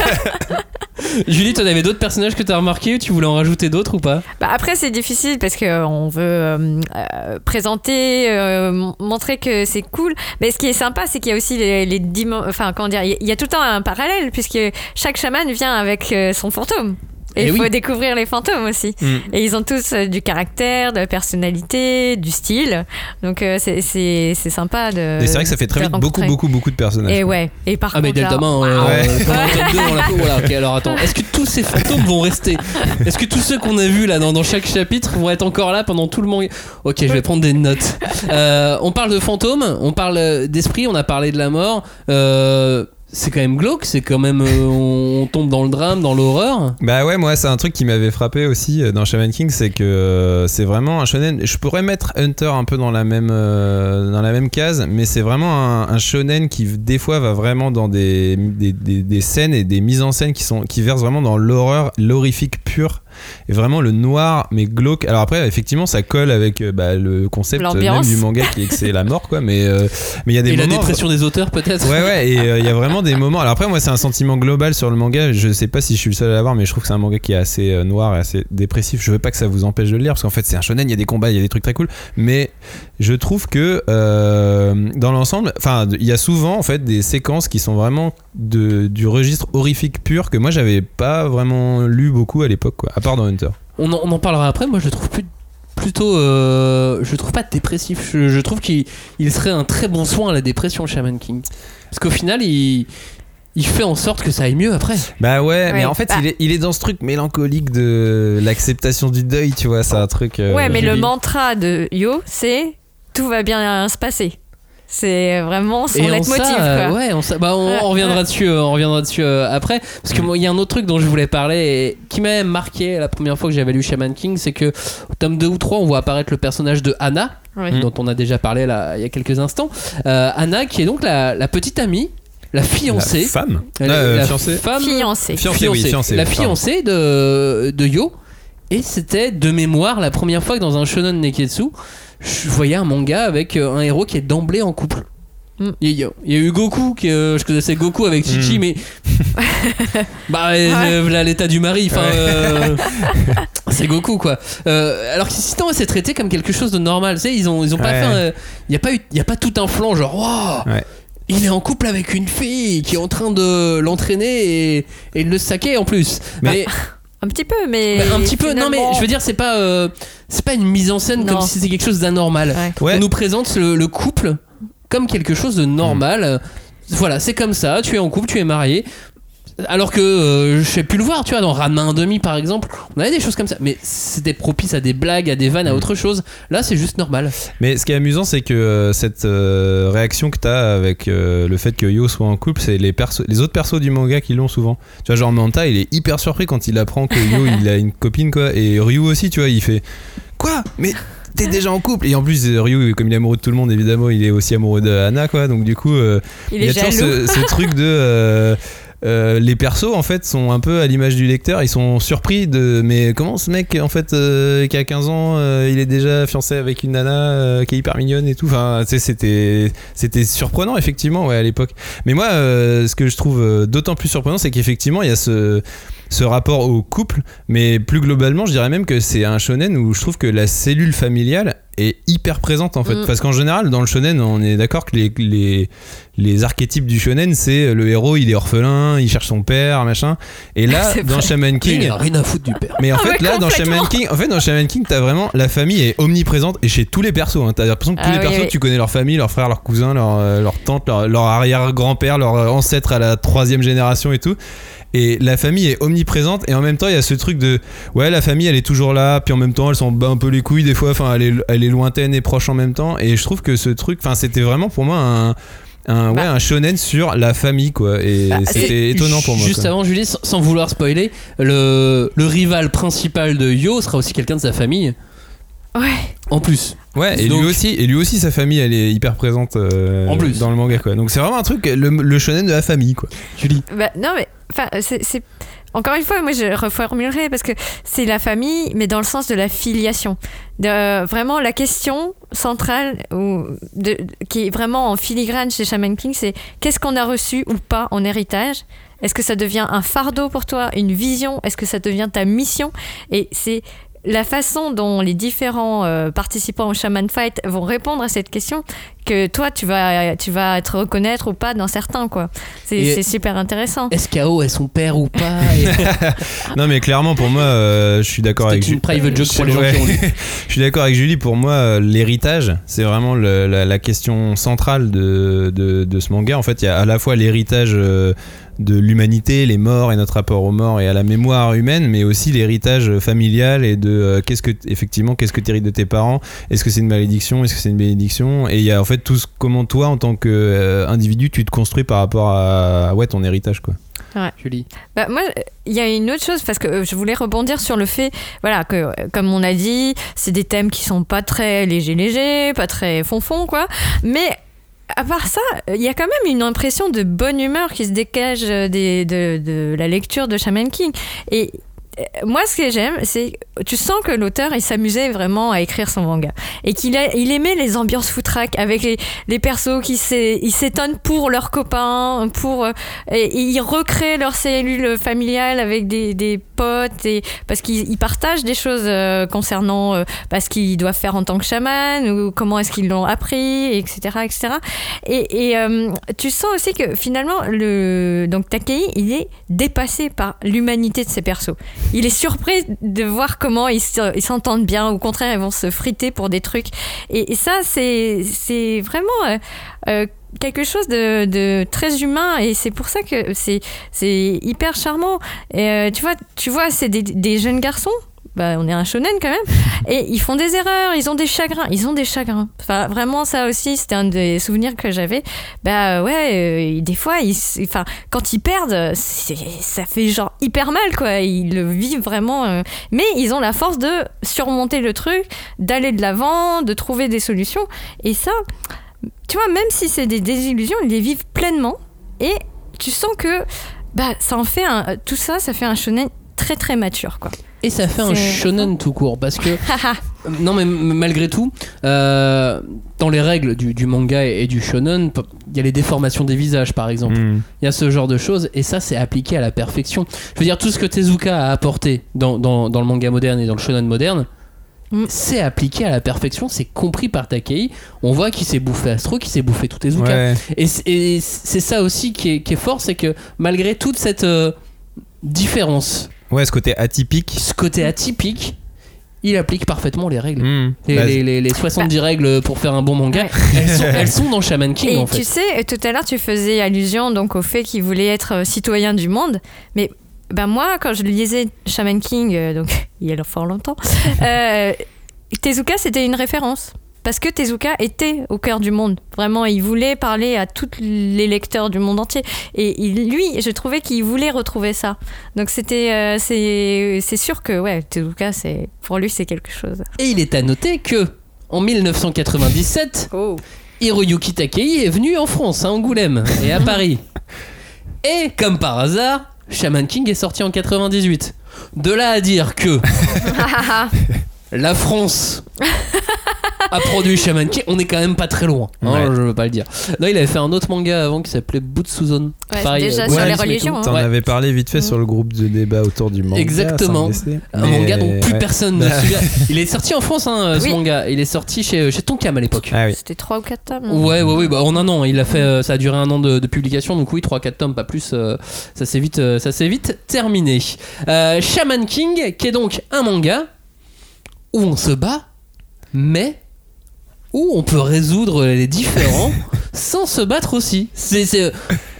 Julie, t'en avais d'autres personnages que t'as remarqué ? Tu voulais en rajouter d'autres ou pas ? Bah après, c'est difficile parce qu'on veut euh, euh, présenter, euh, m- montrer que c'est cool. Mais ce qui est sympa, c'est qu'il y a aussi les, les dimen- enfin, comment dire, il y a- il y a tout le temps un parallèle puisque chaque chaman vient avec euh, son fantôme. Et Eh il faut oui. découvrir les fantômes aussi. Mm. Et ils ont tous euh, du caractère, de la personnalité, du style. Donc euh, c'est, c'est, c'est sympa de. Et c'est vrai que ça fait très de vite beaucoup, rencontrer. beaucoup, beaucoup de personnages. Et ouais. Et par Ah mais contre, dès le là, tome un, euh, Ouais. pendant le tome deux, on l'a fait. Voilà, ok, alors attends. Est-ce que tous ces fantômes vont rester ? Est-ce que tous ceux qu'on a vus là dans, dans chaque chapitre vont être encore là pendant tout le manga ? Ok, je vais prendre des notes. Euh, on parle de fantômes, on parle d'esprit, on a parlé de la mort. Euh, c'est quand même glauque, c'est quand même... euh, on tombe dans le drame, dans l'horreur. Bah ouais, moi c'est un truc qui m'avait frappé aussi euh, dans Shaman King, c'est que euh, c'est vraiment un shonen. Je pourrais mettre Hunter un peu dans la même euh, dans la même case, mais c'est vraiment un, un shonen qui des fois va vraiment dans des, des, des, des scènes et des mises en scène qui sont qui versent vraiment dans l'horreur, l'horrifique pur. Et vraiment le noir mais glauque. Alors après effectivement ça colle avec euh, bah, le concept même L'ambiance. du manga qui est que c'est la mort quoi. Mais euh, mais il y a des Et la moments. dépression des auteurs peut-être. Ouais ouais, et il euh, y a vraiment des moments. Alors après moi c'est un sentiment global sur le manga. Je sais pas si je suis le seul à l'avoir, mais je trouve que c'est un manga qui est assez euh, noir et assez dépressif. Je veux pas que ça vous empêche de le lire parce qu'en fait c'est un shonen, il y a des combats, il y a des trucs très cool. Mais je trouve que euh, dans l'ensemble, enfin il y a souvent en fait des séquences qui sont vraiment de, du registre horrifique pur que moi j'avais pas vraiment lu beaucoup à l'époque quoi, à part dans Hunter. On en, on en parlera après. Moi, je le trouve plus, plutôt. Euh, je le trouve pas dépressif. Je, je trouve qu'il il serait un très bon soin à la dépression, Shaman King. Parce qu'au final, il, il fait en sorte que ça aille mieux après. Bah ouais, mais Ouais, en fait bah- il, est, il est dans ce truc mélancolique de l'acceptation du deuil, tu vois, c'est un truc. euh, Ouais, mais le Julie. mantra de Yo, c'est tout va bien se passer. C'est vraiment son Et en leitmotiv, ça, quoi. euh, ouais, on, ça- bah, on, Ouais, on reviendra ouais. dessus. euh, on reviendra dessus euh, après. Parce que moi, il y a un autre truc dont je voulais parler et qui m'a marqué la première fois que j'avais lu Shaman King, c'est que au tome deux ou trois, on voit apparaître le personnage de Anna, Ouais. dont on a déjà parlé là il y a quelques instants. Euh, Anna, qui est donc la, la petite amie, la fiancée, La femme Elle est Euh, la fiancée femme, Fiancé. Fiancée, oui, fiancée. la pardon. fiancée de, de Yo. Et c'était de mémoire la première fois que dans un shonen Neketsu, je voyais un manga avec euh, un héros qui est d'emblée en couple. Mm. Il y, a, il y a eu Goku, que euh, je connaissais Goku avec Chichi, Mm. mais bah euh, voilà l'état du mari. Enfin, Ouais. euh, c'est Goku quoi. Euh, alors que sinon c'est traité comme quelque chose de normal. Tu sais, ils ont ils ont pas Ouais. fait. un- Il y a pas eu, il y a pas tout un flanc genre. Wow, Ouais. il est en couple avec une fille qui est en train de l'entraîner et, et de le saquer en plus. Mais- Mais, Un petit peu, mais. bah, un petit peu. Non mais finalement- je veux dire c'est pas euh, c'est pas une mise en scène Non. comme si c'était quelque chose d'anormal. Ouais. Ouais. On nous présente le, le couple comme quelque chose de normal. Voilà, c'est comme ça. Tu es en couple, tu es marié. Alors que euh, je sais plus le voir, tu vois, dans Ranma un demi par exemple, on avait des choses comme ça, mais c'était propice à des blagues, à des vannes, à autre chose. Là, c'est juste normal. Mais ce qui est amusant, c'est que euh, cette euh, réaction que t'as avec euh, le fait que Yo soit en couple, c'est les, perso- les autres persos du manga qui l'ont souvent. Tu vois, genre Manta, il est hyper surpris quand il apprend que Yo il a une copine, quoi. Et Ryu aussi, tu vois, il fait quoi? Mais t'es déjà en couple. Et en plus, Ryu, comme il est amoureux de tout le monde, évidemment, il est aussi amoureux de Anna, quoi. Donc du coup, euh, il, il y a toujours ce, ce truc de... Euh, Euh, les persos en fait sont un peu à l'image du lecteur, ils sont surpris de mais comment ce mec en fait euh, qui a quinze ans euh, il est déjà fiancé avec une nana euh, qui est hyper mignonne et tout, enfin tu sais c'était c'était surprenant effectivement ouais à l'époque. Mais moi euh, ce que je trouve euh, d'autant plus surprenant c'est qu'effectivement il y a ce ce rapport au couple, mais plus globalement je dirais même que c'est un shonen où je trouve que la cellule familiale est hyper présente en fait, mmh. parce qu'en général dans le shonen on est d'accord que les, les, les archétypes du shonen c'est le héros il est orphelin, il cherche son père machin, et là dans Shaman King il a rien à foutre du père, mais en fait ah, là dans Shaman King en fait dans Shaman King t'as vraiment la famille est omniprésente et chez tous les persos hein. T'as l'impression que tous ah, les oui, persos oui. tu connais leur famille, leurs frères, leurs cousins, leur, leur tante, leur, leur arrière-grand-père, leur ancêtre à la troisième génération et tout. Et la famille est omniprésente et en même temps il y a ce truc de ouais la famille elle est toujours là puis en même temps elle s'en bat un peu les couilles des fois, enfin elle est, elle est lointaine et proche en même temps, et je trouve que ce truc, enfin c'était vraiment pour moi un un, ouais, bah, un shonen sur la famille quoi, et bah, c'était étonnant pour moi. Juste quoi. Avant Julie, sans, sans vouloir spoiler, le, le rival principal de Yo sera aussi quelqu'un de sa famille. Ouais. En plus. Ouais, et donc, lui aussi, et lui aussi sa famille elle est hyper présente euh, en plus. Dans le manga quoi. Donc c'est vraiment un truc le, le shonen de la famille quoi. Julie. Bah non mais enfin c'est, c'est encore une fois moi je reformulerai parce que c'est la famille mais dans le sens de la filiation. De, vraiment la question centrale ou de, qui est vraiment en filigrane chez Shaman King, c'est qu'est-ce qu'on a reçu ou pas en héritage. Est-ce que ça devient un fardeau pour toi, une vision? Est-ce que ça devient ta mission? Et c'est la façon dont les différents euh, participants au Shaman Fight vont répondre à cette question que toi tu vas tu vas te reconnaître ou pas dans certains quoi. C'est, c'est super intéressant. Est-ce K O est son père ou pas? Non mais clairement pour moi euh, je suis d'accord C'était avec une private joke pour les gens ouais. qui ont lu. Je suis d'accord avec Julie, pour moi euh, l'héritage c'est vraiment le, la, la question centrale de, de, de ce manga. En fait il y a à la fois l'héritage euh, de l'humanité, les morts et notre rapport aux morts et à la mémoire humaine, mais aussi l'héritage familial et de euh, qu'est-ce que effectivement qu'est-ce que t'hérites de tes parents, est-ce que c'est une malédiction, est-ce que c'est une bénédiction, et il y a en fait tout ce, comment toi en tant qu'individu euh, tu te construis par rapport à ouais ton héritage quoi. Ouais. Julie. Bah, moi, il y a une autre chose parce que je voulais rebondir sur le fait, voilà, que comme on a dit, c'est des thèmes qui sont pas très légers, légers, pas très fond-fond, quoi. Mais à part ça, il y a quand même une impression de bonne humeur qui se dégage des, de, de la lecture de Shaman King. Et moi, ce que j'aime, c'est tu sens que l'auteur, il s'amusait vraiment à écrire son manga et qu'il a, il aimait les ambiances foutraques avec les, les persos qui s'é, ils s'étonnent pour leurs copains, pour et, et ils recréent leur cellule familiale avec des, des potes et parce qu'ils ils partagent des choses euh, concernant euh, bah, ce qu'ils doivent faire en tant que chaman ou comment est-ce qu'ils l'ont appris, et cetera, et cetera. Et, et euh, tu sens aussi que finalement le donc Takei, il est dépassé par l'humanité de ses persos. Il est surpris de voir comment ils, ils s'entendent bien. Au contraire, ils vont se friter pour des trucs. Et, et ça, c'est, c'est vraiment euh, euh, quelque chose de, de très humain. Et c'est pour ça que c'est, c'est hyper charmant. Et euh, tu vois, tu vois, c'est des, des jeunes garçons. Bah, on est un shonen quand même, et ils font des erreurs, ils ont des chagrins, ils ont des chagrins. Enfin, vraiment, ça aussi, c'était un des souvenirs que j'avais. Bah ouais, euh, des fois, ils, enfin, quand ils perdent, c'est, ça fait genre hyper mal, quoi. Ils le vivent vraiment, euh, mais ils ont la force de surmonter le truc, d'aller de l'avant, de trouver des solutions. Et ça, tu vois, même si c'est des désillusions, ils les vivent pleinement. Et tu sens que, bah, ça en fait un, tout ça, ça fait un shonen très très mature, quoi. Et ça fait c'est... un shonen tout court parce que non mais m- malgré tout euh, dans les règles du, du manga et, et du shonen il y a les déformations des visages par exemple, il mm. y a ce genre de choses et ça c'est appliqué à la perfection. Je veux dire tout ce que Tezuka a apporté dans, dans, dans le manga moderne et dans le shonen moderne mm. c'est appliqué à la perfection, c'est compris par Takei. On voit qu'il s'est bouffé Astro, qu'il s'est bouffé tout Tezuka ouais. et, et c'est ça aussi qui est, qui est fort, c'est que malgré toute cette euh, différence, ouais, ce côté atypique. Ce côté atypique, il applique parfaitement les règles. Mmh. Et bah, les, les, les soixante-dix bah, règles pour faire un bon manga, ouais. elles, sont, elles sont dans Shaman King, et en fait. Tu sais, tout à l'heure, tu faisais allusion donc, au fait qu'il voulait être citoyen du monde. Mais ben, moi, quand je lisais Shaman King, euh, donc, il y a fort longtemps, euh, Tezuka, c'était une référence. Parce que Tezuka était au cœur du monde. Vraiment, il voulait parler à tous les lecteurs du monde entier. Et il, lui, je trouvais qu'il voulait retrouver ça. Donc c'était, euh, c'est, c'est sûr que ouais, Tezuka, c'est, pour lui, c'est quelque chose. Et il est à noter que En dix-neuf cent quatre-vingt-dix-sept, Oh. Hiroyuki Takei est venu en France, à Angoulême et à Paris. Et comme par hasard, Shaman King est sorti en quatre-vingt-dix-huit. De là à dire que la France a produit Shaman King, on est quand même pas très loin, hein, Ouais. je veux pas le dire. Non, il avait fait un autre manga avant qui s'appelait Bootsuzone. Ouais, Pareil, déjà euh, sur les bouddhisme et religions, tout. hein. T'en Ouais. avais parlé vite fait Mm. sur le groupe de débat autour du manga. Exactement. sans laisser. Un Mais- manga dont plus ouais. personne ne se souvient. Il est sorti en France, hein, ce Oui. manga. Il est sorti chez, chez Tonkam à l'époque. Ah oui. C'était trois ou quatre tomes. non Ouais, ouais, ouais, bah en un an, il a fait, euh, ça a duré un an de, de publication, donc oui, trois quatre tomes, pas plus, euh, ça s'est vite, euh, ça s'est vite terminé. Euh, Shaman King, qui est donc un manga où on se bat, mais où on peut résoudre les différends sans se battre aussi. C'est, c'est,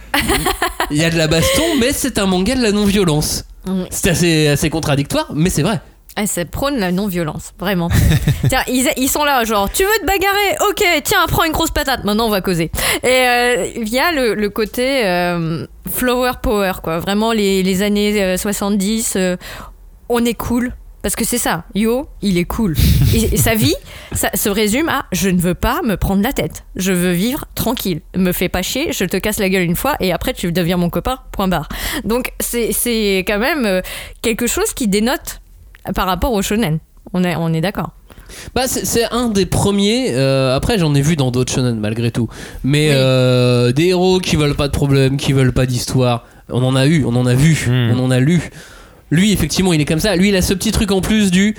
il y a de la baston, mais c'est un manga de la non-violence. Mm. C'est assez, assez contradictoire, mais c'est vrai. Ah, ça prône la non-violence, vraiment. Tiens, ils, ils sont là, genre, tu veux te bagarrer? Ok, tiens, prends une grosse patate, maintenant on va causer. Et euh, il y a le, le côté euh, flower power, quoi. Vraiment, les, les années euh, soixante-dix, euh, on est cool. Parce que c'est ça, Yo, il est cool. Et, et sa vie, ça se résume à je ne veux pas me prendre la tête. Je veux vivre tranquille. Me fais pas chier, je te casse la gueule une fois et après tu deviens mon copain, point barre. Donc c'est, c'est quand même euh, quelque chose qui dénote par rapport au shonen. On est, on est d'accord. Bah c'est, c'est un des premiers. euh, après j'en ai vu dans d'autres shonen malgré tout. Mais Oui. euh, des héros qui veulent pas de problème, qui veulent pas d'histoire. On en a eu, on en a vu, Mm. on en a lu. Lui effectivement il est comme ça. Lui il a ce petit truc en plus du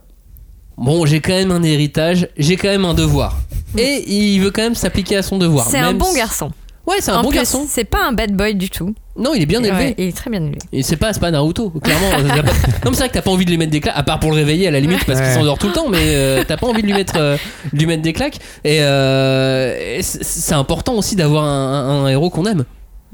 bon j'ai quand même un héritage, j'ai quand même un devoir. Et il veut quand même s'appliquer à son devoir. C'est un même bon si- garçon. Ouais c'est un En bon plus, garçon. c'est pas un bad boy du tout. Non il est bien élevé. Ouais, il est très bien élevé. Et c'est pas, c'est pas Naruto, clairement. T'as pas- Non, mais c'est vrai que t'as pas envie de lui mettre des claques, à part pour le réveiller à la limite parce qu'il Ouais. s'endort tout le temps, mais euh, t'as pas envie de lui mettre, euh, de lui mettre des claques. Et, euh, et c'est, c'est important aussi d'avoir un, un héros qu'on aime.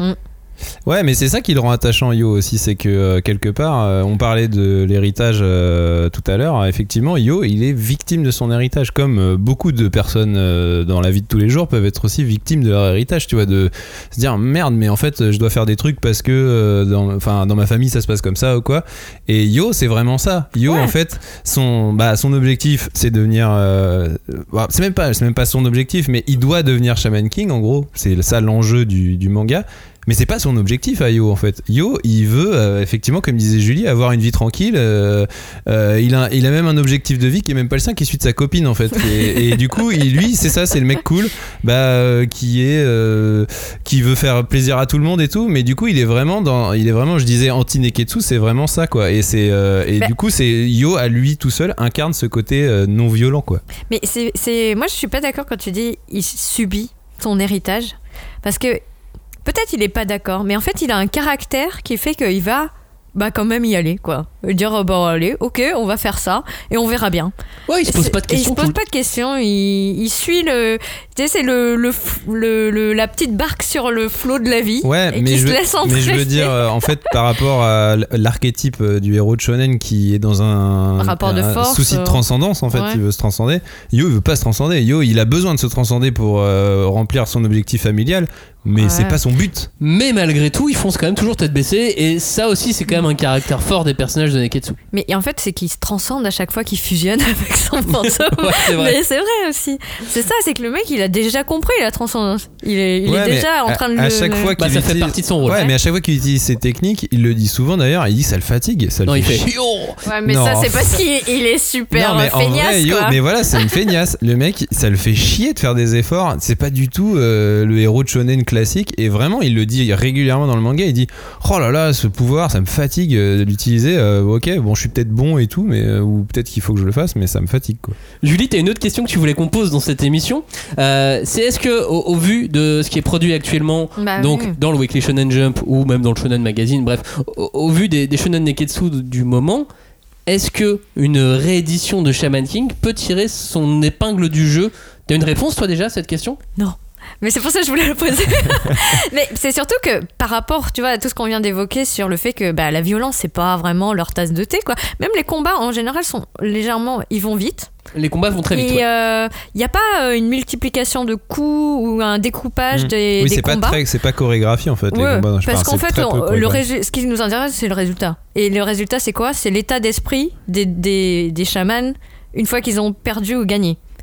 Ouais, mais c'est ça qui le rend attachant, Yo aussi, c'est que euh, quelque part, euh, on parlait de l'héritage euh, tout à l'heure. Effectivement, Yo, il est victime de son héritage, comme euh, beaucoup de personnes euh, dans la vie de tous les jours peuvent être aussi victimes de leur héritage. Tu vois, de se dire merde, mais en fait, je dois faire des trucs parce que, euh, dans, enfin, dans ma famille, ça se passe comme ça ou quoi. Et Yo, c'est vraiment ça. Yo, Ouais. en fait, son, bah, son objectif, c'est devenir. Euh, bah, c'est même pas, c'est même pas son objectif, mais il doit devenir Shaman King. En gros, c'est ça l'enjeu du, du manga. Mais c'est pas son objectif à Yo en fait. Yo, il veut euh, effectivement, comme disait Julie, avoir une vie tranquille. Euh, euh, il, a, il a même un objectif de vie qui est même pas le sien, qui est celui de sa copine en fait. Et, et du coup, il, lui, c'est ça, c'est le mec cool, bah, euh, qui est, euh, qui veut faire plaisir à tout le monde et tout. Mais du coup, il est vraiment dans, il est vraiment, je disais anti-neketsu, c'est vraiment ça quoi. Et c'est, euh, et Bah. du coup, c'est Yo à lui tout seul incarne ce côté euh, non violent quoi. Mais c'est, c'est, moi, je suis pas d'accord quand tu dis il subit son héritage. Parce que peut-être il est pas d'accord, mais en fait, il a un caractère qui fait qu'il va bah, quand même y aller, quoi. Dire, oh, bah, allez, ok, on va faire ça et on verra bien. Ouais, il se pose pas de Et il se questions. pose tout- pas de questions, il, il suit le. Tu sais, c'est le, le, f- le, le- la petite barque sur le flot de la vie. Ouais, et mais qui je, se veux, laisse mais je veux entraîner. dire, euh, en fait, par rapport à l- l'archétype euh, du héros de shonen qui est dans un, Rapport de un force, souci de euh, transcendance, en fait, ouais. il veut se transcender. Yo, il veut pas se transcender. Yo, il a besoin de se transcender pour euh, remplir son objectif familial, mais Ouais. c'est pas son but. Mais malgré tout, ils foncent quand même toujours tête baissée. Et ça aussi, c'est quand même un caractère fort des personnages de Neketsu. Mais et en fait, c'est qu'il se transcende à chaque fois qu'il fusionne avec son fantôme. Ouais, c'est vrai. Mais c'est vrai aussi. C'est ça, c'est que le mec, il a déjà compris la transcendance. Il est, il Ouais, est mais déjà en à- train de à le. chaque le- fois Bah, qu'il ça fait utilise- partie de son rôle. Ouais, Ouais. mais à chaque fois qu'il utilise ces techniques, il le dit souvent d'ailleurs, il dit ça le fatigue, ça le Non, il fait fait. chier. Yo Ouais, mais Non. ça, c'est parce qu'il il est super Non, mais en feignasse, vrai, yo, quoi. mais voilà, c'est une feignasse. Le mec, ça le fait chier de faire des efforts. C'est pas du tout euh, le héros de shonen classique. Et vraiment, il le dit régulièrement dans le manga. Il dit oh là là, ce pouvoir, ça me fatigue euh, de l'utiliser. Euh, ok, bon, je suis peut-être bon et tout, mais euh, ou peut-être qu'il faut que je le fasse, mais ça me fatigue quoi. Julie, t'as une autre question que tu voulais qu'on pose dans cette émission. Euh, c'est est-ce que, au, au vu de ce qui est produit actuellement, Bah donc oui. dans le Weekly Shonen Jump ou même dans le Shonen Magazine, bref, au, au vu des, des Shonen Neketsu du moment, est-ce que une réédition de Shaman King peut tirer son épingle du jeu? T'as une réponse toi déjà à cette question? Mais c'est pour ça que je voulais le poser. Mais c'est surtout que par rapport, tu vois, à tout ce qu'on vient d'évoquer sur le fait que bah, la violence, c'est pas vraiment leur tasse de thé, quoi. Même les combats, en général, sont légèrement... Ils vont vite. Les combats vont très vite. Et il ouais. n'y a pas euh, une multiplication de coups ou un découpage Mmh. des, Oui, des c'est pas combats. très, c'est pas chorégraphié en fait. Les Ouais, combats dont je parce parle, qu'en c'est fait, très peu on- le chorégraphié. résu- ce qui nous intéresse, c'est le résultat. Et le résultat, c'est quoi? C'est l'état d'esprit des, des, des chamans une fois qu'ils ont perdu ou gagné.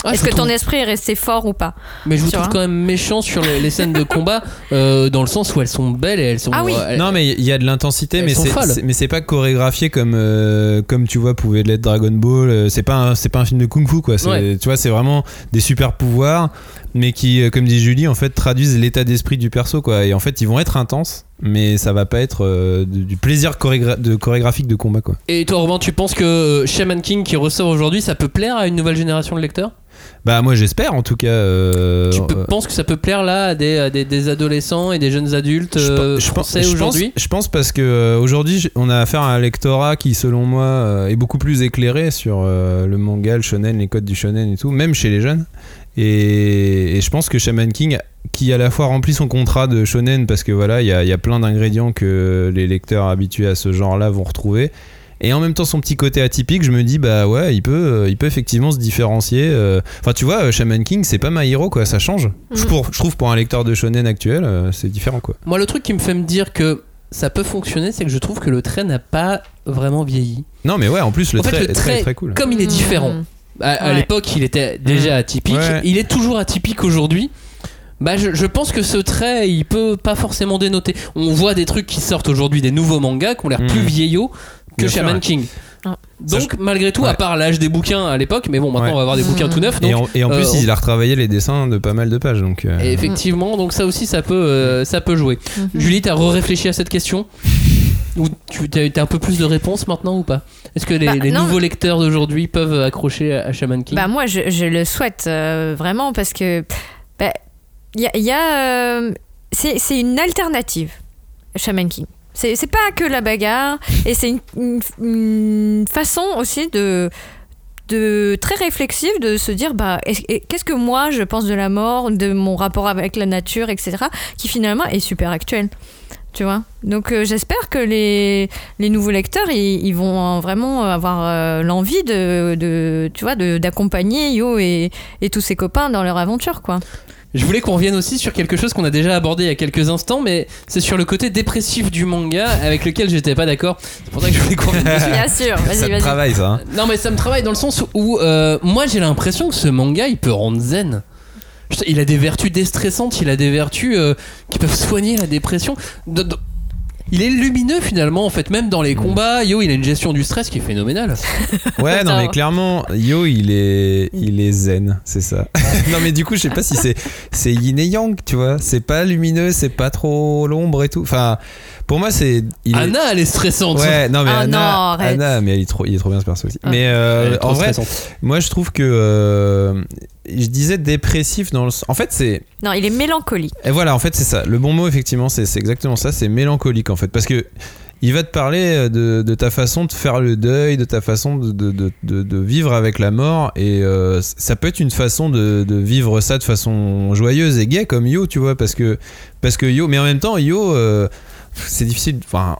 Ah, Est-ce je que ton trouve- esprit est resté fort ou pas? Mais je vous Tu trouve vois. quand même méchant sur les, les scènes de combat, euh, dans le sens où elles sont belles et elles sont. Ah oui. euh, elles- Non, mais il y a de l'intensité, Elles mais sont c'est, folles. c'est- mais c'est pas chorégraphié comme, euh, comme tu vois, pouvait l'être Dragon Ball. euh, C'est pas, un, c'est pas un film de kung fu, quoi. C'est, Ouais. Tu vois, c'est vraiment des super pouvoirs, mais qui, euh, comme dit Julie, en fait, traduisent l'état d'esprit du perso, quoi. Et en fait, ils vont être intenses, mais ça va pas être euh, du, du plaisir chorégra- de chorégraphique de combat, quoi. Et toi, Robin, tu penses que euh, Shaman King qui ressort aujourd'hui, ça peut plaire à une nouvelle génération de lecteurs? Bah, moi, j'espère, en tout cas. euh, Tu peux- euh, penses que ça peut plaire là à des, à des, des adolescents et des jeunes adultes Je pe- euh, je pense- français je aujourd'hui? pense, je pense parce que euh, aujourd'hui j- on a affaire à un lectorat qui selon moi euh, est beaucoup plus éclairé sur euh, le manga, le shonen, les codes du shonen et tout, même chez les jeunes. Et, et je pense que Shaman King, qui à la fois remplit son contrat de shonen parce que voilà il y a, il y a plein d'ingrédients que les lecteurs habitués à ce genre-là vont retrouver. Et en même temps son petit côté atypique, je me dis bah ouais il peut, euh, il peut effectivement se différencier. euh. Enfin tu vois, euh, Shaman King c'est pas My Hero quoi, ça change. Je, Mhm. pour- je trouve pour un lecteur de shonen actuel euh, c'est différent quoi. Moi, le truc qui me fait me dire que ça peut fonctionner, c'est que je trouve que le trait n'a pas vraiment vieilli. Non mais ouais en plus le En fait, trait, le le trait trait- est très cool. Comme il est différent. Mmh. À, à Ouais. l'époque, il était déjà atypique. Ouais. Il est toujours atypique aujourd'hui. Bah, je, je pense que ce trait, il peut pas forcément dénoter. On voit des trucs qui sortent aujourd'hui, des nouveaux mangas qui ont l'air Mhm. plus vieillots que Bien sûr, Shaman ouais. King. Ah. Donc, malgré tout, Ouais. à part l'âge des bouquins à l'époque, mais bon, maintenant Ouais. on va avoir des bouquins tout neufs. Donc, Et en, et en plus, euh, il a retravaillé les dessins de pas mal de pages. Donc, euh, et effectivement, donc ça aussi, ça peut, euh, ça peut jouer. Mhm. Julie, t'as re-réfléchi à cette question? Ou tu as un peu plus de réponses maintenant ou pas? Est-ce que les, Bah, les non. nouveaux lecteurs d'aujourd'hui peuvent accrocher à, à Shaman King? Bah moi je, je le souhaite euh, vraiment parce que bah, y a, y a, euh, c'est, c'est une alternative Shaman King. C'est, c'est pas que la bagarre et c'est une, une- une façon aussi de de très réflexive de se dire bah est-ce- qu'est-ce que moi je pense de la mort, de mon rapport avec la nature, et cetera qui finalement est super actuel. Tu vois, donc euh, j'espère que les, les nouveaux lecteurs ils, ils vont vraiment avoir euh, l'envie de, de tu vois de, d'accompagner Yo et, et tous ses copains dans leur aventure quoi. Je voulais qu'on revienne aussi sur quelque chose qu'on a déjà abordé il y a quelques instants, mais c'est sur le côté dépressif du manga avec lequel j'étais pas d'accord. C'est pour ça que je voulais qu'on revienne dessus. Bien sûr, vas-y ça te vas-y. travaille ça. Hein. Non, mais ça me travaille dans le sens où euh, moi j'ai l'impression que ce manga il peut rendre zen. Putain, il a des vertus déstressantes, il a des vertus euh, qui peuvent soigner la dépression. De- de- Il est lumineux finalement en fait, même dans les combats. Yo, il a une gestion du stress qui est phénoménale. Ouais, non, Attends. mais clairement, Yo, il est, il est zen, c'est ça. Non, mais du coup, je sais pas si c'est, c'est yin et yang, tu vois. C'est pas lumineux, c'est pas trop l'ombre et tout. Enfin, pour moi, c'est. Il est- Anna, elle est stressante. Ouais, non, mais Ah Anna, non, arrête. Anna, mais elle est trop, il est trop bien ce perso aussi. Ah. Mais euh, Elle est trop en vrai, stressante. moi, je trouve que. euh, je disais dépressif dans le. En fait, c'est. Non, il est mélancolique. Et voilà, en fait, c'est ça. Le bon mot, effectivement, c'est, c'est exactement ça. C'est mélancolique, en fait. Parce que il va te parler de, de ta façon de faire le deuil, de ta façon de, de, de, de, de vivre avec la mort. Et euh, ça peut être une façon de, de vivre ça de façon joyeuse et gaie, comme Yo, tu vois. Parce que, parce que Yo. Mais en même temps, Yo, euh, c'est difficile. Enfin.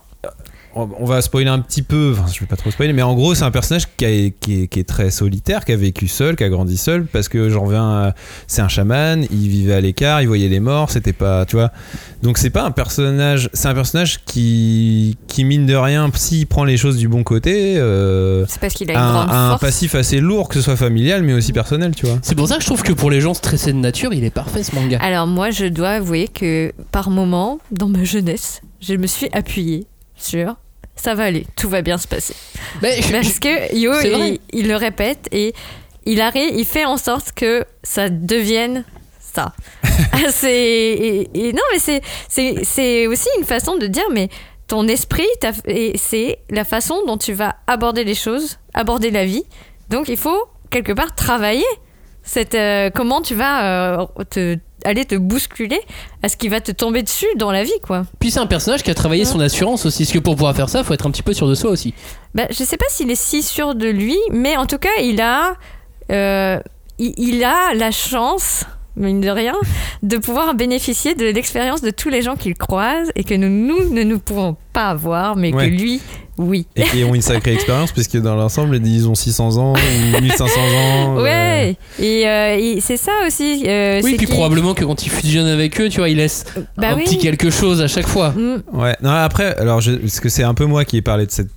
On va spoiler un petit peu, enfin je vais pas trop spoiler, mais en gros c'est un personnage qui, a, qui, est, qui est très solitaire, qui a vécu seul, qui a grandi seul, parce que j'en reviens, à, c'est un chaman, il vivait à l'écart, il voyait les morts, c'était pas, tu vois. Donc c'est pas un personnage, c'est un personnage qui, qui mine de rien, s'il prend les choses du bon côté, euh, C'est parce qu'il a une un, grande un force. passif assez lourd, que ce soit familial mais aussi personnel, tu vois. C'est pour ça que je trouve que pour les gens stressés de nature, il est parfait ce manga. Alors moi, je dois avouer que par moment, dans ma jeunesse, je me suis appuyée sur ça va aller, tout va bien se passer. Mais je- Parce que Yo, C'est vrai. il, il le répète et il arrive, il fait en sorte que ça devienne ça. c'est et, et non, mais c'est c'est c'est aussi une façon de dire mais ton esprit, t'as- et c'est la façon dont tu vas aborder les choses, aborder la vie. Donc il faut quelque part travailler cette euh, comment tu vas euh, te aller te bousculer à ce qui va te tomber dessus dans la vie quoi. Puis c'est un personnage qui a travaillé son assurance aussi, parce que pour pouvoir faire ça, faut être un petit peu sûr de soi aussi. Bah, je sais pas s'il est si sûr de lui, mais en tout cas, il a, euh, il, il a la chance, mine de rien, de pouvoir bénéficier de l'expérience de tous les gens qu'il croise et que nous, nous ne nous pouvons pas avoir, mais Ouais. que lui, oui. Et qui ont une sacrée expérience, puisque dans l'ensemble, ils ont six cents ans ou mille cinq cents ans. euh, Ouais, et, euh, et c'est ça aussi. euh, Oui, c'est puis qu'il- probablement que quand il fusionne avec eux, tu vois, il laisse Bah un oui. petit quelque chose à chaque fois. Mm. Ouais, non, après, alors, je, parce que c'est un peu moi qui ai parlé de cette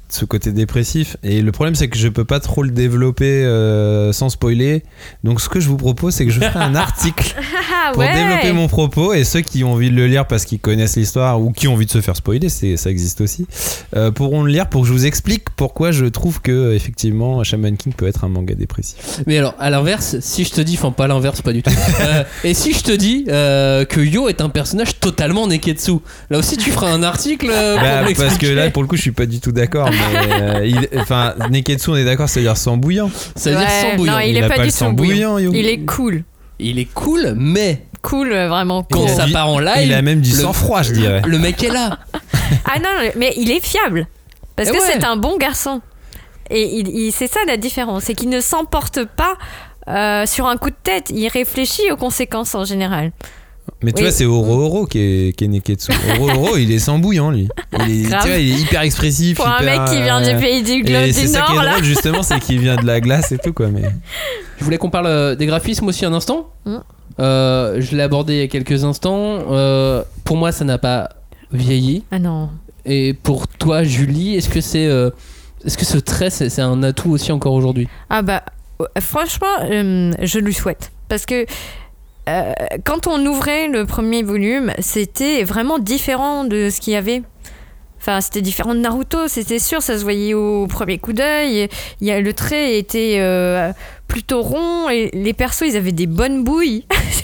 ce côté dépressif. Et le problème, c'est que je peux pas trop le développer euh, sans spoiler. Donc, ce que je vous propose, c'est que je ferai un article pour ouais. développer mon propos. Et ceux qui ont envie de le lire parce qu'ils connaissent l'histoire ou qui ont envie de se faire spoiler, c'est, ça existe aussi, euh, pourront le lire pour que je vous explique pourquoi je trouve que, effectivement, Shaman King peut être un manga dépressif. Mais alors, à l'inverse, si je te dis, enfin, pas l'inverse, pas du tout. euh, et si je te dis euh, que Yo est un personnage totalement Neketsu, là aussi, tu feras un article euh, pour Bah, m'expliquer. parce que là, pour le coup, je suis pas du tout d'accord. Mais euh, il, enfin, Neketsu, on est d'accord, c'est-à-dire sang bouillant. Ça veut dire Ouais, sans bouillon. non, il, Il est a pas, pas du le tout sang bouillant. bouillant, Yo. Il est cool. Il est cool, mais Cool, euh, vraiment quand cool. ça Il- part en live, Il a même du le- sang-froid, je dirais. le mec est là. Ah non, mais il est fiable. Parce Eh que ouais. c'est un bon garçon. Et il, il- c'est ça la différence. C'est qu'il ne s'emporte pas euh, sur un coup de tête. Il réfléchit aux conséquences en général. Mais tu Oui. vois, c'est Oro Oro qui est, qui est Neketsu. Oro Oro, il est sans bouillant, lui. Il est, Grave. tu vois, il est hyper expressif. Pour un hyper, mec qui vient euh, du pays du et globe c'est du ça qui Nord, est là. drôle, justement, c'est qu'il vient de la glace et tout, quoi. Mais... Je voulais qu'on parle euh, des graphismes aussi un instant. Mm. Euh, je l'ai abordé il y a quelques instants. Euh, pour moi, ça n'a pas vieilli. Ah non. Et pour toi, Julie, est-ce que c'est, euh, est-ce que ce trait, c'est, c'est un atout aussi encore aujourd'hui? Ah bah, euh, franchement, euh, je lui souhaite. Parce que euh, quand on ouvrait le premier volume, c'était vraiment différent de ce qu'il y avait. Enfin, c'était différent de Naruto, c'était sûr, ça se voyait au premier coup d'œil. Il y a, le trait était euh, plutôt rond et les persos, ils avaient des bonnes bouilles.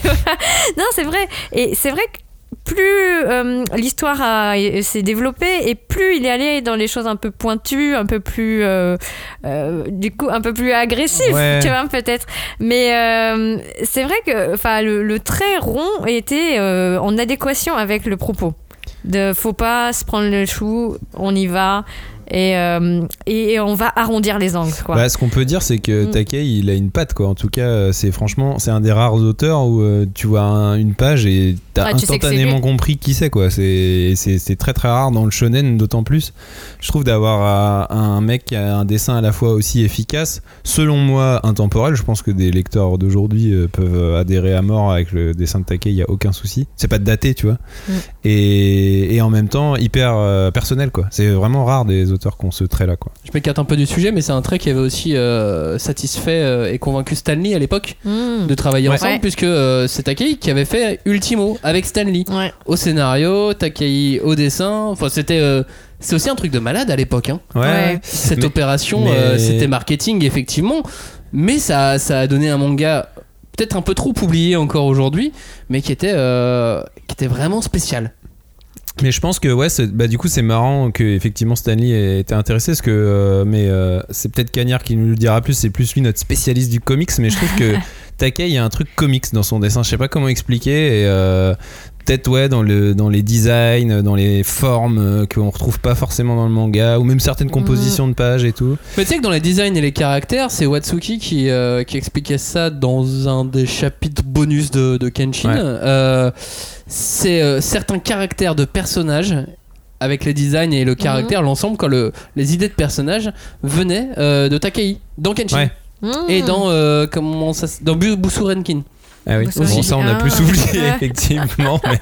Non, c'est vrai. Et c'est vrai que plus euh, l'histoire a, s'est développée et plus il est allé dans les choses un peu pointues, un peu plus, euh, euh, du coup, un peu plus agressif, Ouais. tu vois, peut-être. Mais euh, c'est vrai que, enfin, le, le trait rond était euh, en adéquation avec le propos. De faut pas se prendre le chou, on y va. Et, euh, et on va arrondir les angles, quoi. Bah, ce qu'on peut dire, c'est que Mm. Takei, il a une patte, quoi. En tout cas, c'est franchement, c'est un des rares auteurs où euh, tu vois un- une page et t'as Ah, tu sais que c'est instantanément lui. compris qui c'est, quoi. C'est, c'est, c'est très très rare dans le shonen, d'autant plus. Je trouve d'avoir euh, un mec qui a un dessin à la fois aussi efficace, selon moi intemporel. Je pense que des lecteurs d'aujourd'hui euh, peuvent adhérer à mort avec le dessin de Takei, il y a aucun souci. C'est pas daté, tu vois. Mm. Et, et en même temps hyper euh, personnel, quoi. C'est vraiment rare des auteurs qui ont ce trait là, quoi. Je m'écarte un peu du sujet, mais c'est un trait qui avait aussi euh, satisfait euh, et convaincu Stan Lee à l'époque Mmh. de travailler Ouais. ensemble, Ouais. puisque euh, c'est Takei qui avait fait Ultimo avec Stan Lee Ouais. au scénario, Takei au dessin. Enfin, c'était euh, c'est aussi un truc de malade à l'époque. Hein. Ouais, Ouais. ouais. Cette Mais- opération, mais- euh, c'était marketing effectivement, mais ça, ça a donné un manga peut-être un peu trop oublié encore aujourd'hui, mais qui était, euh, qui était vraiment spécial. Mais je pense que ouais, c'est- bah, du coup c'est marrant que effectivement Stanley ait été intéressé, parce que euh, mais euh, c'est peut-être Cagnard qui nous le dira plus, c'est plus lui notre spécialiste du comics, mais je trouve que Takei, il y a un truc comics dans son dessin, je sais pas comment expliquer, et euh, peut-être ouais dans le dans les designs, dans les formes euh, qu'on retrouve pas forcément dans le manga, ou même certaines compositions de pages et tout. Mais tu sais que dans les designs et les caractères, c'est Watsuki qui, euh, qui expliquait ça dans un des chapitres bonus de, de Kenshin. Ouais. Euh, c'est euh, certains caractères de personnages avec les designs et le caractère, l'ensemble, quand le, les idées de personnages venaient euh, de Takei dans Kenshin. Ouais. Mmh. Et dans, euh, comment ça, s- dans Bu- Busurenkin. Ah oui, Bah, ça bon, aussi. ça on a Ah. plus oublié Ouais. effectivement, mais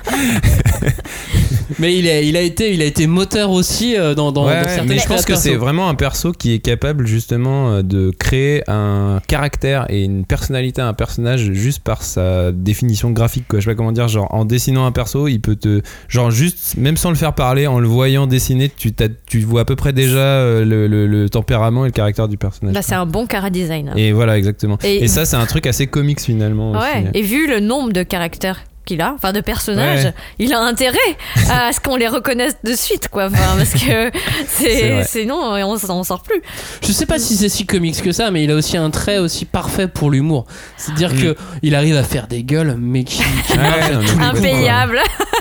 Mais il a, il a, été, il a été moteur aussi euh, dans, dans, ouais, dans ouais, certains mais je pense que persos. c'est vraiment un perso qui est capable justement euh, de créer un caractère et une personnalité à un personnage juste par sa définition graphique, quoi. Je sais pas comment dire, genre en dessinant un perso, il peut te, genre juste, même sans le faire parler, en le voyant dessiner, tu, t'as- tu vois à peu près déjà euh, le, le- le tempérament et le caractère du personnage. Bah, c'est un bon cara design. Et voilà, exactement. Et, Et- ça, c'est un truc assez comics finalement. Ouais. aussi. Et vu le nombre de caractères qu'il a, enfin de personnages, Ouais. il a intérêt à ce qu'on les reconnaisse de suite, quoi. Enfin, parce que C'est c'est, vrai. sinon on s'en sort plus. Je sais pas si c'est si comics que ça, mais il a aussi un trait aussi parfait pour l'humour. C'est-à-dire Mm. que il arrive à faire des gueules, mais qui, qui Ouais, marchent à non, mais tous les coups, quoi. Impayable.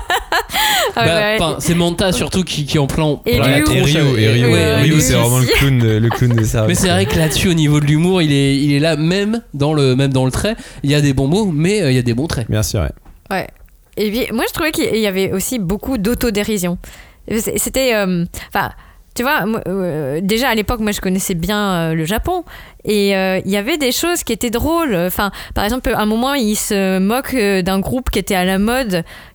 Ah Bah, ouais. enfin, c'est Manta surtout qui, qui est en plan. Et plan la Ryu. tronche, Et Ryu, et Ryu, ouais, Ouais, Ryu, Ryu c'est vraiment le aussi. clown, de, le clown de service. Mais c'est vrai que là-dessus, au niveau de l'humour, il est, il est là, même dans le, même dans le trait. Il y a des bons mots, mais euh, il y a des bons traits. Bien sûr, ouais. Ouais. Et puis, moi, je trouvais qu'il y avait aussi beaucoup d'autodérision. C'était. euh, Enfin. Tu vois, moi, euh, déjà à l'époque, moi je connaissais bien euh, le Japon et euh, il y avait des choses qui étaient drôles. Enfin, par exemple, à un moment, il se moque euh, d'un groupe qui était à la mode,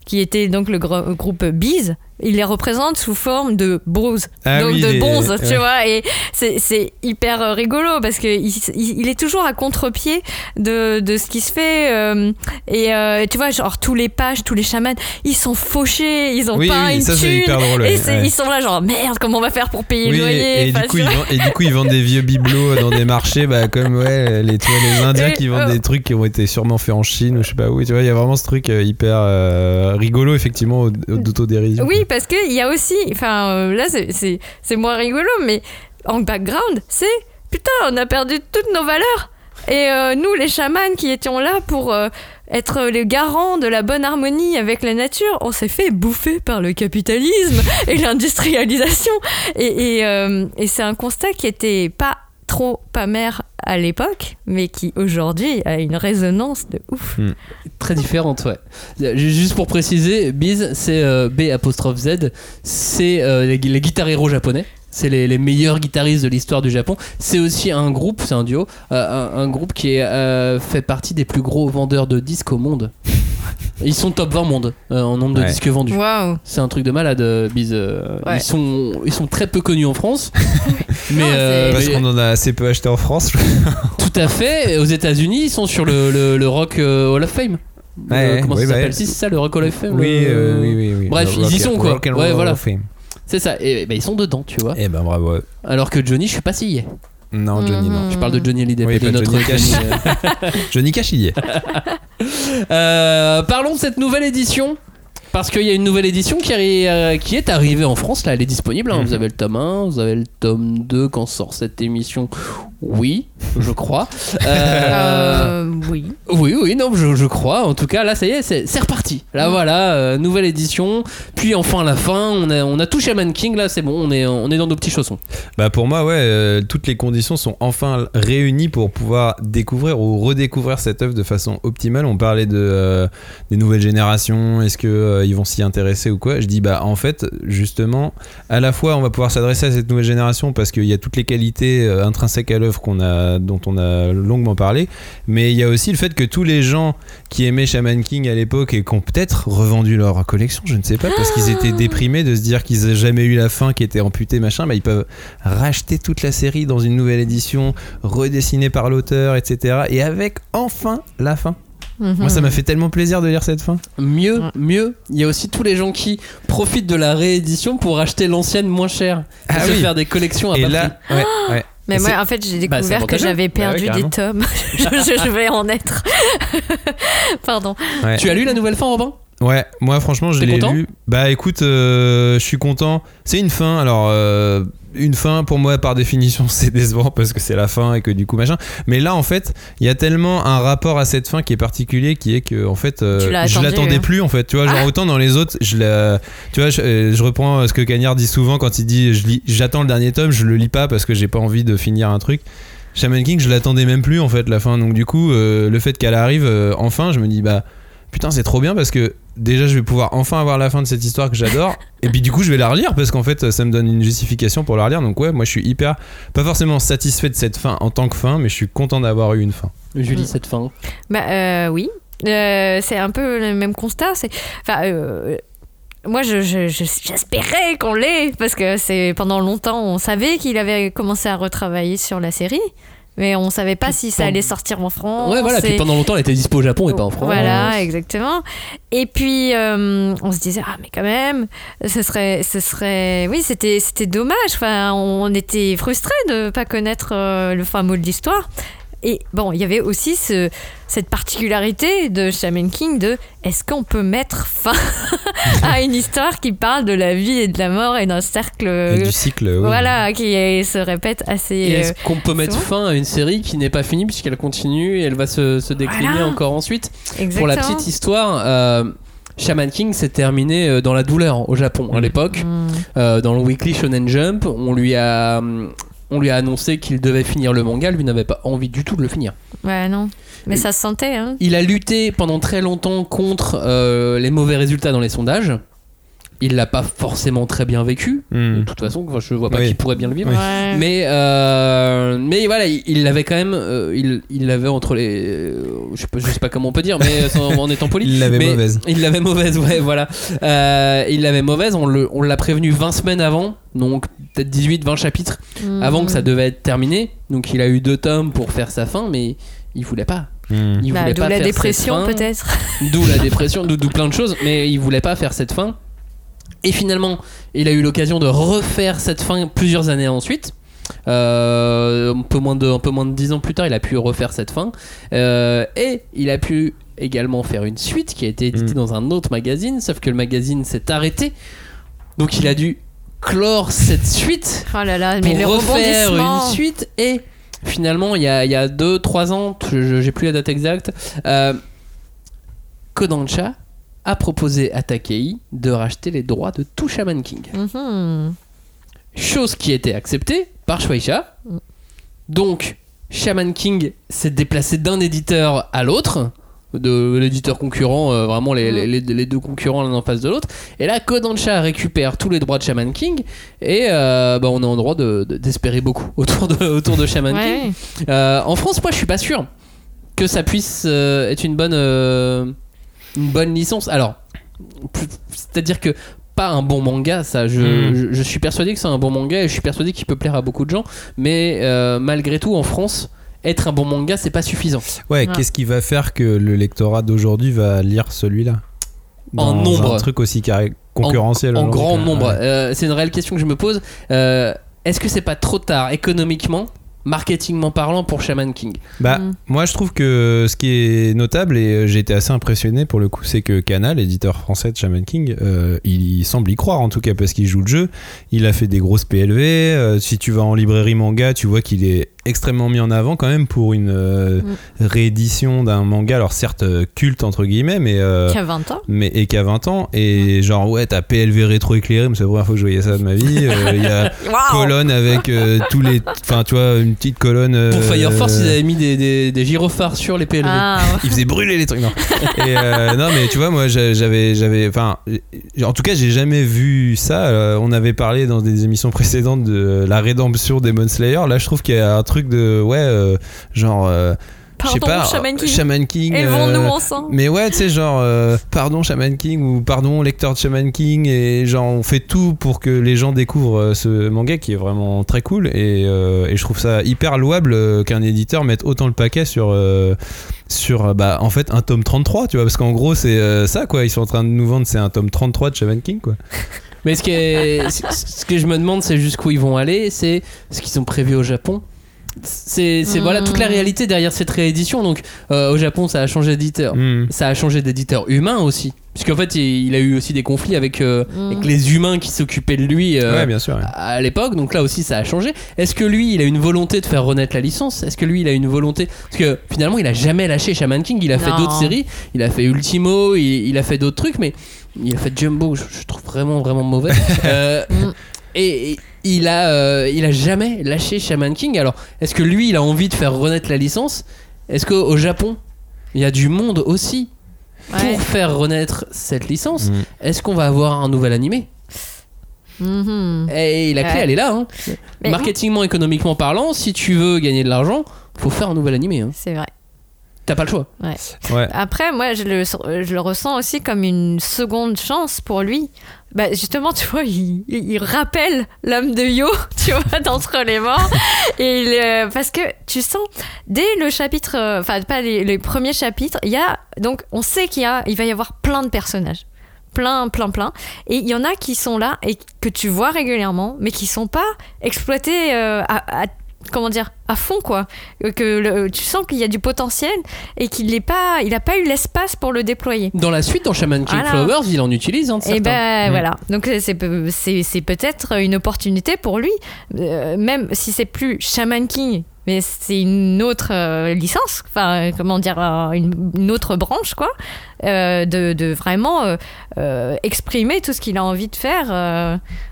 qui était donc le gr- groupe Beez, il les représente sous forme de bros, Ah donc oui, de les- bonzes, tu ouais. vois, et c'est, c'est hyper euh, rigolo parce que il, il, il est toujours à contre-pied de, de ce qui se fait, euh, et euh, tu vois, genre tous les pages, tous les chamans, ils sont fauchés, ils ont Oui, pas oui, une ça, c'est thune, hyper drôle, et ouais, c'est- ouais. ils sont là genre merde, comment on va faire pour payer Oui, le loyer, et, et enfin, du coup, tu ils vois. vendent, et du coup, ils vendent des vieux bibelots dans des marchés, bah, comme ouais, les, tu vois, les Indiens Et, qui vendent euh, des trucs qui ont été sûrement faits en Chine ou je sais pas où. Tu vois, il y a vraiment ce truc euh, hyper euh, rigolo, effectivement, au- au- d'autodérision. Oui, parce qu'il y a aussi, enfin euh, là c'est, c'est, c'est moins rigolo, mais en background, c'est putain, on a perdu toutes nos valeurs. Et euh, nous, les chamans qui étions là pour euh, être les garants de la bonne harmonie avec la nature, on s'est fait bouffer par le capitalisme et l'industrialisation. Et, et, euh, et c'est un constat qui était pas trop pas mère à l'époque, mais qui aujourd'hui a une résonance de ouf. Très différente, ouais. Juste pour préciser, Beez, c'est euh, B apostrophe Z, c'est euh, les, les guitar héros japonais. C'est les, les meilleurs guitaristes de l'histoire du Japon. C'est aussi un groupe, c'est un duo, euh, un, un groupe qui est, euh, fait partie des plus gros vendeurs de disques au monde. Ils sont top vingt monde euh, en nombre de Ouais. disques vendus. Waouh! C'est un truc de malade, euh, Beez. euh, Ouais. Ils sont, ils sont très peu connus en France, mais, Non, euh, Parce mais- qu'on en a assez peu acheté en France. tout à fait. Et aux États-Unis, ils sont sur le, le, le Rock euh, Hall of Fame. Ouais, Euh, comment oui, ça bah, s'appelle ouais. Si, c'est ça, le Rock Hall of Fame. Oui, le- euh, oui, oui, oui. Bref, Le ils y rock- sont, quoi. rock and Ouais, roll voilà. of fame. C'est ça. Et bah, ils sont dedans, tu vois. Eh ben bravo. ouais. Alors que Johnny, je suis pas si y est. Non, Johnny, non. Je parle de Johnny Hallyday, Oui, pas de pas notre Johnny Cash. Johnny, euh. Johnny Cash, il y est. Euh, parlons de cette nouvelle édition. Parce qu'il y a une nouvelle édition qui, arri- euh, qui est arrivée en France, là elle est disponible, hein. Mhm. Vous avez le tome un, vous avez le tome deux quand sort cette émission. Oui, je crois. Euh, Euh, oui. Oui, oui, non, je, je crois. En tout cas, là, ça y est, c'est, c'est reparti. Là, voilà, euh, nouvelle édition. Puis enfin, la fin, on a, on a tout Shaman King. Là, c'est bon, on est, on est dans nos petits chaussons. Bah pour moi, ouais, euh, toutes les conditions sont enfin réunies pour pouvoir découvrir ou redécouvrir cette œuvre de façon optimale. On parlait de euh, des nouvelles générations. Est-ce que euh, ils vont s'y intéresser ou quoi ? Je dis bah en fait, justement, à la fois on va pouvoir s'adresser à cette nouvelle génération parce qu'il y a toutes les qualités euh, intrinsèques à l'œuvre qu'on a, dont on a longuement parlé, mais il y a aussi le fait que tous les gens qui aimaient Shaman King à l'époque et qui ont peut-être revendu leur collection, je ne sais pas, parce qu'ils étaient déprimés de se dire qu'ils n'avaient jamais eu la fin, qui était amputée, machin, bah ils peuvent racheter toute la série dans une nouvelle édition, redessinée par l'auteur, et cetera. Et avec enfin la fin. Moi, ça m'a fait tellement plaisir de lire cette fin. Mieux, Ouais. mieux, il y a aussi tous les gens qui profitent de la réédition pour acheter l'ancienne moins chère. Pour Ah se oui. faire des collections à Et bas là, ouais, ouais. Mais Et moi, c'est- en fait, j'ai Bah, c'est découvert que avantageux. j'avais Bah ouais, perdu carrément. des tomes. je, je- je vais en être. Pardon. ouais. prix. Tu as lu la nouvelle fin, Robin ? Ouais, moi franchement je T'es l'ai content lu. Bah écoute, euh, je suis content. C'est une fin, alors euh, une fin pour moi par définition c'est décevant parce que c'est la fin et que du coup machin. Mais là en fait, il y a tellement un rapport à cette fin qui est particulier, qui est que en fait, euh, Tu l'as je attendu, l'attendais hein. plus en fait. Tu vois, genre autant dans les autres, je la, tu vois, je, euh, je reprends ce que Cagnard dit souvent quand il dit, je lis, j'attends le dernier tome, je le lis pas parce que j'ai pas envie de finir un truc. Shaman King, je l'attendais même plus en fait la fin. Donc du coup, euh, le fait qu'elle arrive euh, enfin, je me dis bah putain c'est trop bien parce que déjà je vais pouvoir enfin avoir la fin de cette histoire que j'adore et puis du coup je vais la relire parce qu'en fait ça me donne une justification pour la relire. Donc ouais, moi je suis hyper pas forcément satisfait de cette fin en tant que fin, mais je suis content d'avoir eu une fin. Julie, Mm. cette fin. Bah euh, oui. Euh, c'est un peu le même constat. C'est, enfin, euh, moi, je, je- je- j'espérais qu'on l'ait parce que c'est pendant longtemps, on savait qu'il avait commencé à retravailler sur la série, mais on savait pas Puis si ça pendant- allait sortir en France. Ouais, voilà. et- Puis pendant longtemps, elle était dispo au Japon et pas en France. Voilà, exactement. Et puis euh, on se disait ah mais quand même, ce serait, ce serait, oui c'était, c'était dommage. Enfin, on était frustrés de pas connaître euh, le fin mot de l'histoire. Et bon, il y avait aussi ce, cette particularité de Shaman King de est-ce qu'on peut mettre fin à une histoire qui parle de la vie et de la mort et d'un cercle, Et du cycle, ouais. voilà, qui est- se répète assez. Et est-ce euh, qu'on peut mettre souvent. fin à une série qui n'est pas finie puisqu'elle continue et elle va se, se décliner Voilà. encore ensuite? exactement. Pour la petite histoire, euh, Shaman King s'est terminé euh, dans la douleur au Japon à l'époque. Mm. Euh, dans le Weekly Shonen Jump, on lui a, on lui a annoncé qu'il devait finir le manga. Lui n'avait pas envie du tout de le finir. Ouais, non. Mais ça se sentait, hein. Il a lutté pendant très longtemps contre euh, les mauvais résultats dans les sondages. il l'a pas forcément très bien vécu. Mm. De toute façon, enfin, je vois pas Oui. qui pourrait bien le vivre. Oui. Ouais. Mais euh, mais voilà, il il l'avait quand même. euh, il il l'avait entre les. euh, je sais pas, je sais pas comment on peut dire, mais sans- en étant poli. Il l'avait mais mauvaise. Il l'avait mauvaise, ouais, voilà. Euh, il l'avait mauvaise. On le on l'a prévenu vingt semaines avant, donc peut-être dix-huit vingt chapitres Mmh. avant que ça devait être terminé. Donc il a eu deux tomes pour faire sa fin, mais il voulait pas. Mm. Il Bah, voulait d'où pas la faire dépression cette fin. peut-être. D'où la dépression, d'où, d'où plein de choses, mais il voulait pas faire cette fin. Et finalement, il a eu l'occasion de refaire cette fin plusieurs années ensuite. Euh, un peu moins de, un peu moins de dix ans plus tard, il a pu refaire cette fin. Euh, et il a pu également faire une suite qui a été éditée Mm. dans un autre magazine, sauf que le magazine s'est arrêté. Donc il a dû clore cette suite Oh là là, pour mais le refaire rebondissement. une suite. Et finalement, il y a, il y a deux trois ans, je- je- j'ai plus la date exacte, euh, Kodansha a proposé à Takei de racheter les droits de tout Shaman King. Mhm. Chose qui a été acceptée par Shueisha. Donc, Shaman King s'est déplacé d'un éditeur à l'autre, de l'éditeur concurrent, euh, vraiment les, les, les- les deux concurrents l'un en face de l'autre. Et là, Kodansha récupère tous les droits de Shaman King et euh, bah, on est en droit de, de- d'espérer beaucoup autour de, autour de Shaman Ouais. King. Euh, en France, moi, je suis pas sûr que ça puisse euh, être une bonne, euh, une bonne licence. Alors, plus- c'est-à-dire que pas un bon manga, ça. Je, Mm. je, je suis persuadé que c'est un bon manga et je suis persuadé qu'il peut plaire à beaucoup de gens. Mais euh, malgré tout, en France, être un bon manga, c'est pas suffisant. Ouais, Ouais. qu'est-ce qui va faire que le lectorat d'aujourd'hui va lire celui-là En Dans nombre. un truc aussi carré- concurrentiel. En aujourd'hui, grand quoi. nombre. Ouais. Euh, c'est une réelle question que je me pose. Euh, est-ce que c'est pas trop tard économiquement, marketingment parlant, pour Shaman King? Bah, Mm. moi je trouve que ce qui est notable, et euh, j'ai été assez impressionné pour le coup, c'est que Canal, éditeur français de Shaman King, euh, il semble y croire en tout cas parce qu'il joue le jeu. Il a fait des grosses P L V. euh, si tu vas en librairie manga, tu vois qu'il est extrêmement mis en avant quand même pour une euh, réédition d'un manga, alors certes euh, culte entre guillemets, mais euh, Qui a vingt ans. mais et qu'à vingt ans, et genre ouais, t'as P L V rétro éclairé, mais c'est la première fois que je voyais ça de ma vie. Euh, Il y a colonne avec euh, tous les, enfin tu vois, une petite colonne. euh, Pour Fire Force, ils avaient mis des, des, des gyrophares sur les P L V. Ah, ouais. il faisait brûler les trucs. Non. Et euh, non, mais tu vois, moi j'a- j'avais, j'avais, enfin, en tout cas, j'ai jamais vu ça. Euh, on avait parlé dans des émissions précédentes de la rédemption Demon Slayer. Là, je trouve qu'il y a un truc de, ouais, euh, genre, euh, je sais Pardon, pas, Shaman King. Shaman King. Élevons-nous euh, ensemble. Mais ouais, tu sais, genre, euh, pardon Shaman King ou pardon lecteur de Shaman King, et genre, on fait tout pour que les gens découvrent euh, ce manga qui est vraiment très cool, et, euh, et je trouve ça hyper louable euh, qu'un éditeur mette autant le paquet sur, euh, sur euh, bah, en fait, un tome trente-trois, tu vois, parce qu'en gros, c'est euh, ça, quoi, ils sont en train de nous vendre, c'est un tome trente-trois de Shaman King, quoi. Mais ce, qui est, ce ce que je me demande, c'est jusqu'où ils vont aller, c'est ce qu'ils ont prévu au Japon. C'est, c'est Mmh. voilà toute la réalité derrière cette réédition. Donc euh, au Japon, ça a changé d'éditeur. Mm. Ça a changé d'éditeur humain aussi. Puisqu'en fait, il, il a eu aussi des conflits avec, euh, Mm. avec les humains qui s'occupaient de lui euh, Ouais, bien sûr. ouais. à l'époque. Donc là aussi, ça a changé. Est-ce que lui, il a une volonté de faire renaître la licence? Est-ce que lui, il a une volonté? Parce que finalement, il a jamais lâché Shaman King. Il a fait Non. d'autres séries. Il a fait Ultimo. Il, il a fait d'autres trucs. Mais il a fait Jumbo. Je, je trouve vraiment, vraiment mauvais. Euh, Mm. et, et il a, euh, il a jamais lâché Shaman King. Alors, est-ce que lui, il a envie de faire renaître la licence? Est-ce qu'au Japon, il y a du monde aussi Ouais. pour faire renaître cette licence? Mm. Est-ce qu'on va avoir un nouvel animé? Mhm. Et la clé, Ouais. elle est là. Hein. Mais Marketingment, économiquement parlant, si tu veux gagner de l'argent, faut faire un nouvel animé. Hein. c'est vrai. T'as pas le choix. Ouais. Après, moi, je le, je le ressens aussi comme une seconde chance pour lui. Bah, justement, tu vois, il, il il rappelle l'homme de Yo, tu vois, d'entre les morts. Et il, euh, parce que tu sens, dès le chapitre, euh, enfin, pas les, les premiers chapitres, il y a, donc, on sait qu'il y a, il va y avoir plein de personnages. Plein, plein, plein. Et il y en a qui sont là et que tu vois régulièrement, mais qui sont pas exploités euh, à, à comment dire, à fond, quoi. Que le- tu sens qu'il y a du potentiel et qu'il n'est pas, il a pas eu l'espace pour le déployer. Dans la suite, dans Shaman King Voilà. Flowers, il en utilise. Hein, de Et certains. ben Mm. voilà. Donc c'est, peu- c'est, c'est peut-être une opportunité pour lui, euh, même si c'est plus Shaman King, mais c'est une autre euh, licence, enfin comment dire, euh, une, une autre branche, quoi, euh, de, de vraiment euh, euh, exprimer tout ce qu'il a envie de faire. euh,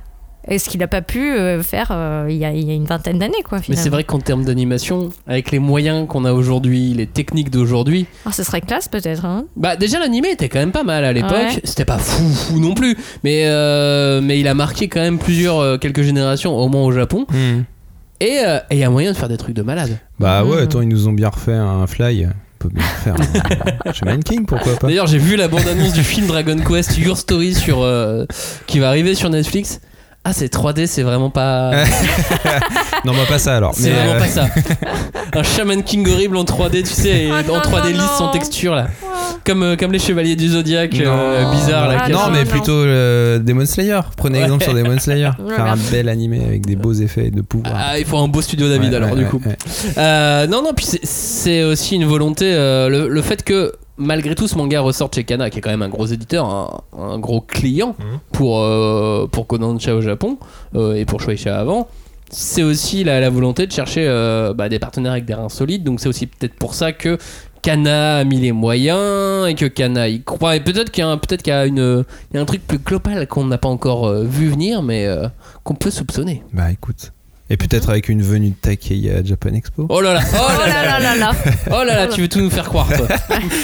Et ce qu'il n'a pas pu euh, faire euh, il, y a, il y a une vingtaine d'années, quoi, finalement. Mais c'est vrai qu'en termes d'animation, avec les moyens qu'on a aujourd'hui, les techniques d'aujourd'hui... Ah, ce serait classe, peut-être, hein. Bah, déjà, l'animé était quand même pas mal à l'époque. Ouais. C'était pas fou, fou non plus. Mais, euh, mais il a marqué quand même plusieurs, euh, quelques générations, au moins au Japon. Hmm. Et il euh, y a moyen de faire des trucs de malade. Bah ouais, Mmh. attends, ils nous ont bien refait un Fly. On peut bien refaire un Shaman King, pourquoi pas. D'ailleurs, j'ai vu la bande-annonce du film Dragon Quest Your Story sur, euh, qui va arriver sur Netflix. Ah, c'est trois D, c'est vraiment pas. Non, bah pas ça alors. C'est Mais, vraiment euh, pas ça. Un Shaman King horrible en trois D, tu sais, et Oh en non, trois D non, lisse non. sans texture là. Comme, euh, comme les chevaliers du Zodiac euh, Non. bizarres là. Ah, qui non, a- mais non. plutôt euh, Demon Slayer. Prenez Ouais. exemple sur Demon Slayer. Ouais, Faire un merde. bel animé avec des beaux effets de pouvoir. Ah, il faut un beau studio David Ouais, alors ouais, du ouais, coup. ouais. Euh, non, non, puis c'est, c'est aussi une volonté, euh, le, le fait que malgré tout ce manga ressorte chez Kana, qui est quand même un gros éditeur, un, un gros client pour, euh, pour Kodansha au Japon euh, et pour Shueisha avant. C'est aussi la, la volonté de chercher euh, bah, des partenaires avec des reins solides, donc c'est aussi peut-être pour ça que Kana a mis les moyens et que Kana y croit, et peut-être qu'il y a un, peut-être qu'il y a une, il y a un truc plus global qu'on n'a pas encore euh, vu venir, mais euh, qu'on peut soupçonner. Bah écoute. Et peut-être avec une venue de Takei à Japan Expo. Oh là là, oh Oh là là, là là là là. oh là là, tu veux tout nous faire croire toi.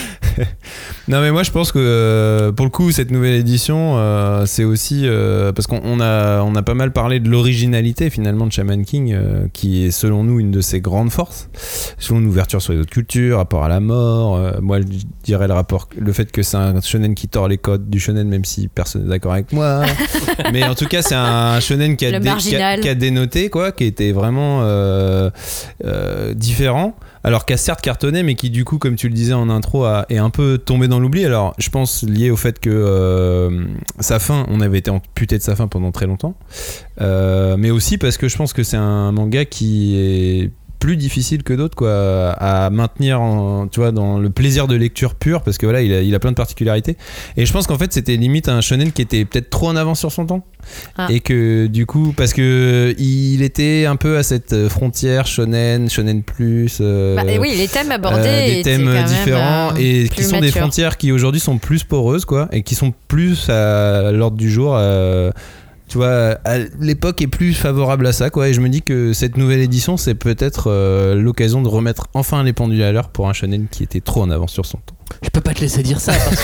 Non mais moi je pense que euh, pour le coup cette nouvelle édition euh, c'est aussi euh, parce qu'on on a, on a pas mal parlé de l'originalité finalement de Shaman King euh, qui est selon nous une de ses grandes forces, selon une ouverture sur les autres cultures, rapport à la mort, euh, moi je dirais le rapport, le fait que c'est un shonen qui tord les codes du shonen même si personne n'est d'accord avec moi mais en tout cas c'est un shonen qui a, Le dé- qui a, marginal. qui a dénoté quoi, qui était vraiment euh, euh, différent, alors qu'a certes cartonné mais qui du coup comme tu le disais en intro a, est un peu tombé dans l'oubli. Alors je pense lié au fait que euh, sa fin, on avait été amputé de sa fin pendant très longtemps, euh, mais aussi parce que je pense que c'est un manga qui est plus difficile que d'autres quoi à maintenir en, tu vois, dans le plaisir de lecture pure, parce que voilà il a, il a plein de particularités et je pense qu'en fait c'était limite un shonen qui était peut-être trop en avance sur son temps. Ah. Et que du coup parce que il était un peu à cette frontière shonen shonen plus euh, Bah, et oui, les thèmes abordés euh, des étaient thèmes quand même, différents euh, et plus qui sont des matures. frontières qui aujourd'hui sont plus poreuses quoi, et qui sont plus à l'ordre du jour, euh, tu vois, à l'époque est plus favorable à ça quoi, et je me dis que cette nouvelle édition c'est peut-être euh, l'occasion de remettre enfin les pendules à l'heure pour un shonen qui était trop en avance sur son temps. Je peux pas te laisser dire ça parce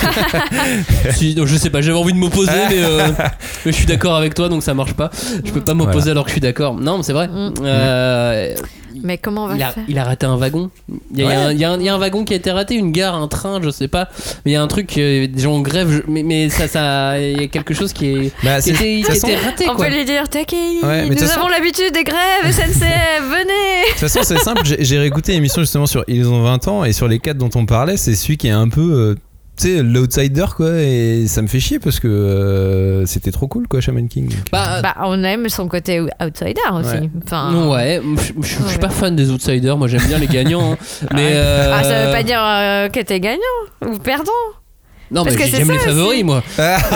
que si, donc, je sais pas, j'avais envie de m'opposer mais, euh, mais je suis d'accord avec toi donc ça marche pas. Je peux pas m'opposer Voilà. alors que je suis d'accord. Non mais c'est vrai. Mm. Euh, Mais comment on va il, a, faire il a raté un wagon. Il y, a, Ouais. il, y a un, il, y a un, il y a un wagon qui a été raté, une gare, un train, je sais pas. Mais il y a un truc, euh, des gens en grève. je- mais, mais ça, ça, il y a quelque chose qui est Bah, qui c'est- était, de qui toute façon- était raté On quoi. peut lui dire Takei, Ouais, mais de nous toute façon- avons l'habitude des grèves, S N C F, venez. De toute façon, c'est simple. J'ai, j'ai réécouté l'émission justement sur Ils ont vingt ans, et sur les quatre dont on parlait, c'est celui qui est un peu, euh, tu sais, l'outsider quoi. Et ça me fait chier parce que euh, c'était trop cool quoi, Shaman King. Donc, Bah, Bah, on aime son côté outsider aussi. Ouais. Enfin, ouais, je, je- je suis Ouais. pas fan des outsiders. Moi j'aime bien les gagnants. hein. Mais euh, Ah, ça veut pas dire euh, que t'es gagnant ou perdant. Non parce mais que c'est j'aime ça les favoris aussi. moi.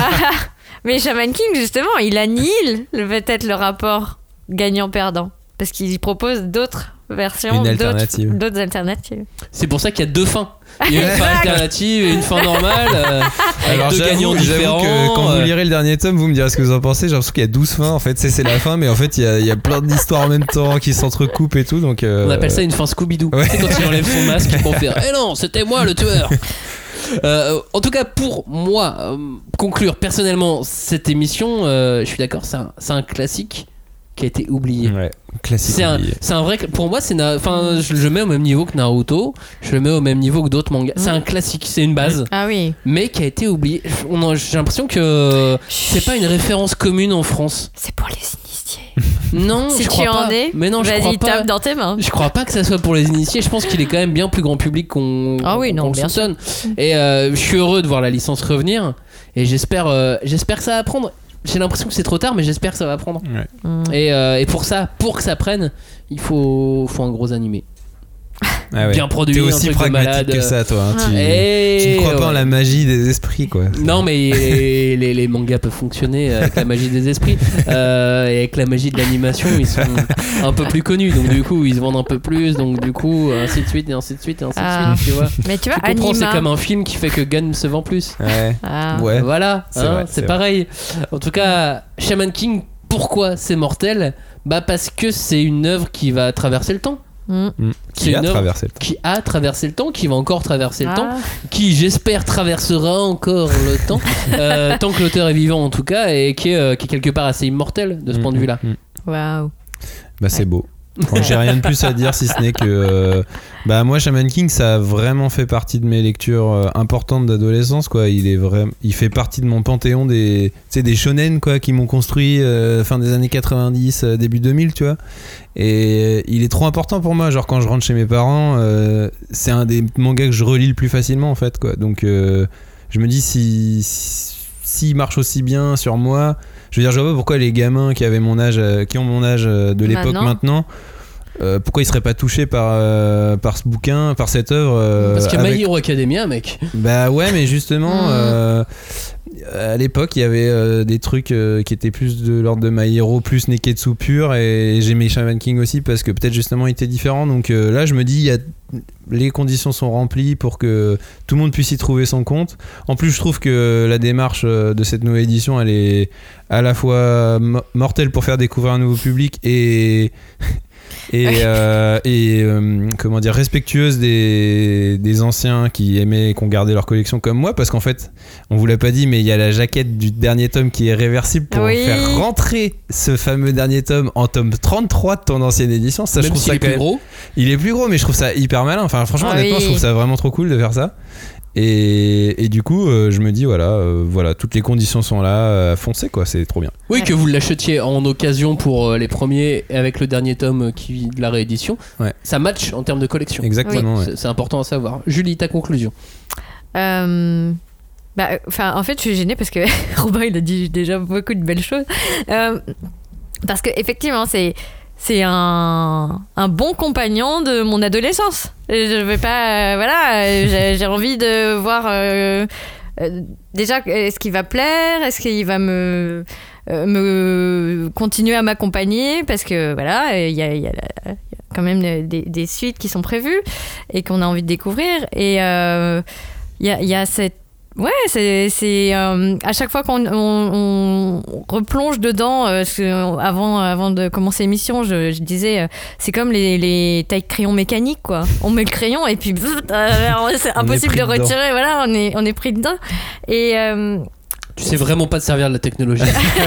Mais Shaman King, justement, il annihile le- peut-être le rapport gagnant-perdant. Parce qu'il propose d'autres versions, Une d'autres- alternative. d'autres alternatives. C'est pour ça qu'il y a deux fins. Il y a une fin Exact. alternative et une fin normale. euh, avec Alors deux j'avoue, gagnants j'avoue différents. que quand euh, vous lirez le dernier tome, vous me direz ce que vous en pensez. J'ai l'impression qu'il y a douze fins en fait, c'est, c'est la fin, mais en fait il y a, il y a plein d'histoires en même temps qui s'entrecoupent et tout. Donc, euh, On appelle ça une fin Scooby-Doo. Ouais. C'est quand il enlève son masque pour faire Eh non, c'était moi le tueur. Euh, en tout cas, pour moi, euh, conclure personnellement cette émission, euh, je suis d'accord, c'est un, c'est un classique qui a été oublié. Ouais, classique. C'est un, oublié. c'est un vrai. Pour moi, c'est. na- Enfin, je le mets au même niveau que Naruto. Je le mets au même niveau que d'autres mangas. C'est un classique. C'est une base, Ah oui. mais qui a été oublié. On en- J'ai l'impression que c'est pas une référence commune en France. C'est pour les initiés. Non, Si je tu crois en pas. es, Mais non, je crois vas-y, pas. tape dans tes mains. Je crois pas que ça soit pour les initiés. Je pense qu'il est quand même bien plus grand public qu'on Ah oui, non, qu'on le bien soupçonne. Et euh, je suis heureux de voir la licence revenir. Et j'espère, euh, j'espère que ça va prendre. J'ai l'impression que c'est trop tard, mais j'espère que ça va prendre. Ouais. Mm. Et, euh, et pour ça, pour que ça prenne, il faut, faut un gros animé. Ah ouais. Bien produit, T'es un aussi truc de pragmatique malade. que ça, toi. hein. Tu, Et tu ne crois pas en ouais. la magie des esprits, quoi. Non, mais les, les, les mangas peuvent fonctionner avec la magie des esprits. Euh, et avec la magie de l'animation, ils sont un peu plus connus. Donc, du coup, ils se vendent un peu plus. Donc, du coup, ainsi de suite, et ainsi de suite, et ainsi Ah. de suite. Tu vois, Mais tu vois, tu comprends, c'est Anima. comme un film qui fait que Gun se vend plus. Ouais. Ah. Ouais. Voilà, C'est hein, vrai, c'est c'est pareil. En tout cas, Shaman King, pourquoi c'est mortel ? Bah parce que c'est une œuvre qui va traverser le temps. Mmh. C'est Qui une a œuvre traversé le temps. qui a traversé le temps, qui va encore traverser le Ah. temps, qui j'espère traversera encore le temps, euh, tant que l'auteur est vivant en tout cas, et qui est, euh, qui est quelque part assez immortel de ce Mm, point de vue-là. mm, mm. Waouh. Bah c'est beau. Enfin, j'ai rien de plus à dire si ce n'est que euh, bah moi Shaman King ça a vraiment fait partie de mes lectures euh, importantes d'adolescence quoi. Il est vraiment, il fait partie de mon panthéon des, tu sais, des shonen quoi qui m'ont construit euh, fin des années quatre-vingt-dix, euh, début deux mille tu vois. Et euh, il est trop important pour moi. Genre quand je rentre chez mes parents, euh, c'est un des mangas que je relis le plus facilement en fait quoi. Donc euh, je me dis si, si s'il marche aussi bien sur moi. Je veux dire, je vois pas pourquoi les gamins qui avaient mon âge, euh, qui ont mon âge euh, de l'époque Maintenant. maintenant, euh, pourquoi ils seraient pas touchés par, euh, par ce bouquin, par cette œuvre euh, Parce qu'il y a avec- My Hero Academia, mec. Bah ouais, mais justement, Mm. euh, à l'époque, il y avait euh, des trucs euh, qui étaient plus de l'ordre de My Hero, plus Neketsu pur, et j'aimais Shaman King aussi parce que peut-être justement il était différent. Donc euh, là, je me dis, il y a les conditions sont remplies pour que tout le monde puisse y trouver son compte. En plus, je trouve que la démarche euh, de cette nouvelle édition, elle est à la fois mo- mortelle pour faire découvrir un nouveau public et et, euh, et euh, comment dire, respectueuse des, des anciens qui aimaient et qui ont gardé leur collection comme moi, parce qu'en fait, on vous l'a pas dit, mais il y a la jaquette du dernier tome qui est réversible pour Oui. faire rentrer ce fameux dernier tome en tome trente-trois de ton ancienne édition. Ça, je Même trouve s'il ça est quand plus même- gros. il est plus gros, mais je trouve ça hyper malin. Enfin, franchement, Ah honnêtement, oui. je trouve ça vraiment trop cool de faire ça. Et, et du coup, euh, je me dis, voilà, euh, voilà, toutes les conditions sont là, euh, foncez quoi, c'est trop bien. Oui, Ouais. que vous l'achetiez en occasion pour euh, les premiers et avec le dernier tome euh, qui de la réédition. Ouais. Ça match en termes de collection. Exactement, ouais. C'est, c'est important à savoir. Julie, ta conclusion. Euh, bah, enfin, en fait, je suis gênée parce que Robin, il a dit déjà beaucoup de belles choses. Euh, parce que effectivement, c'est c'est un, un bon compagnon de mon adolescence. Et je vais pas, euh, voilà, euh, j'ai, j'ai envie de voir euh, euh, déjà est-ce qu'il va plaire, est-ce qu'il va me euh, me continuer à m'accompagner parce que voilà, il y a, il y a la- il y a quand même des, des suites qui sont prévues et qu'on a envie de découvrir et euh, il y a, il y a cette ouais c'est c'est euh, à chaque fois qu'on on, on replonge dedans euh, parce que avant avant de commencer l'émission je, je disais euh, c'est comme les les tailles crayons mécaniques quoi, on met le crayon et puis bzz, euh, c'est On est impossible pris de dedans. retirer, voilà, on est on est pris dedans et euh, Tu sais vraiment pas te servir de la technologie.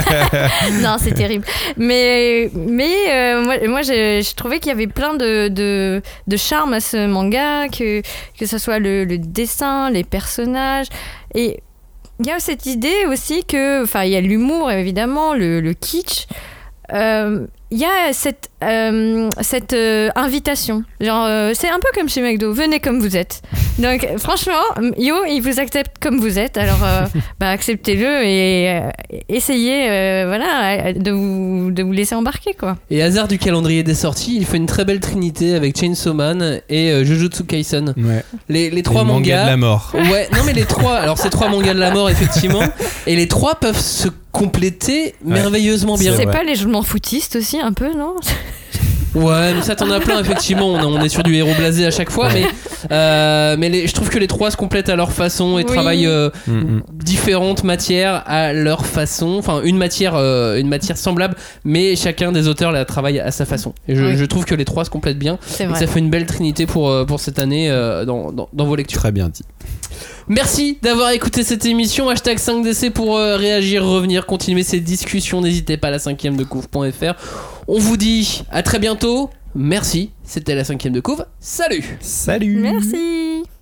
non, c'est terrible. Mais, mais euh, moi, moi j'ai je trouvais qu'il y avait plein de, de, de charme à ce manga, que, que ce soit le, le dessin, les personnages. Et il y a cette idée aussi que, enfin, il y a l'humour, évidemment, le, le kitsch. Euh, Il y a cette, euh, cette euh, invitation. Genre, euh, c'est un peu comme chez McDo, venez comme vous êtes. Donc, franchement, Yo, il vous accepte comme vous êtes. Alors, euh, bah, acceptez-le et euh, essayez euh, voilà, de, vous, de vous laisser embarquer, quoi. Et hasard du calendrier des sorties, il fait une très belle trinité avec Chainsaw Man et euh, Jujutsu Kaisen. Ouais. Les, les trois Les mangas mangas. de la mort. Ouais, non mais les trois, alors c'est trois mangas de la mort effectivement, et les trois peuvent se compléter merveilleusement bien. C'est C'est vrai. pas les jeux foutistes aussi, un peu, non? Ouais, mais ça t'en as plein effectivement. On, on est sur du héros blasé à chaque fois, mais euh, mais les, je trouve que les trois se complètent à leur façon et Oui. travaillent euh, Mm, mm. différentes matières à leur façon. Enfin, une matière, euh, une matière semblable, mais chacun des auteurs la travaille à sa façon. Et je, Oui. je trouve que les trois se complètent bien. C'est Et que vrai. ça fait une belle trinité pour euh, pour cette année euh, dans, dans dans vos lectures. Très bien dit. Merci d'avoir écouté cette émission. Hashtag cinq D C pour euh, réagir, revenir, continuer ces discussions. N'hésitez pas à la cinquième de couve point f r. On vous dit à très bientôt. Merci. C'était la cinquième de couve. Salut. Salut. Merci.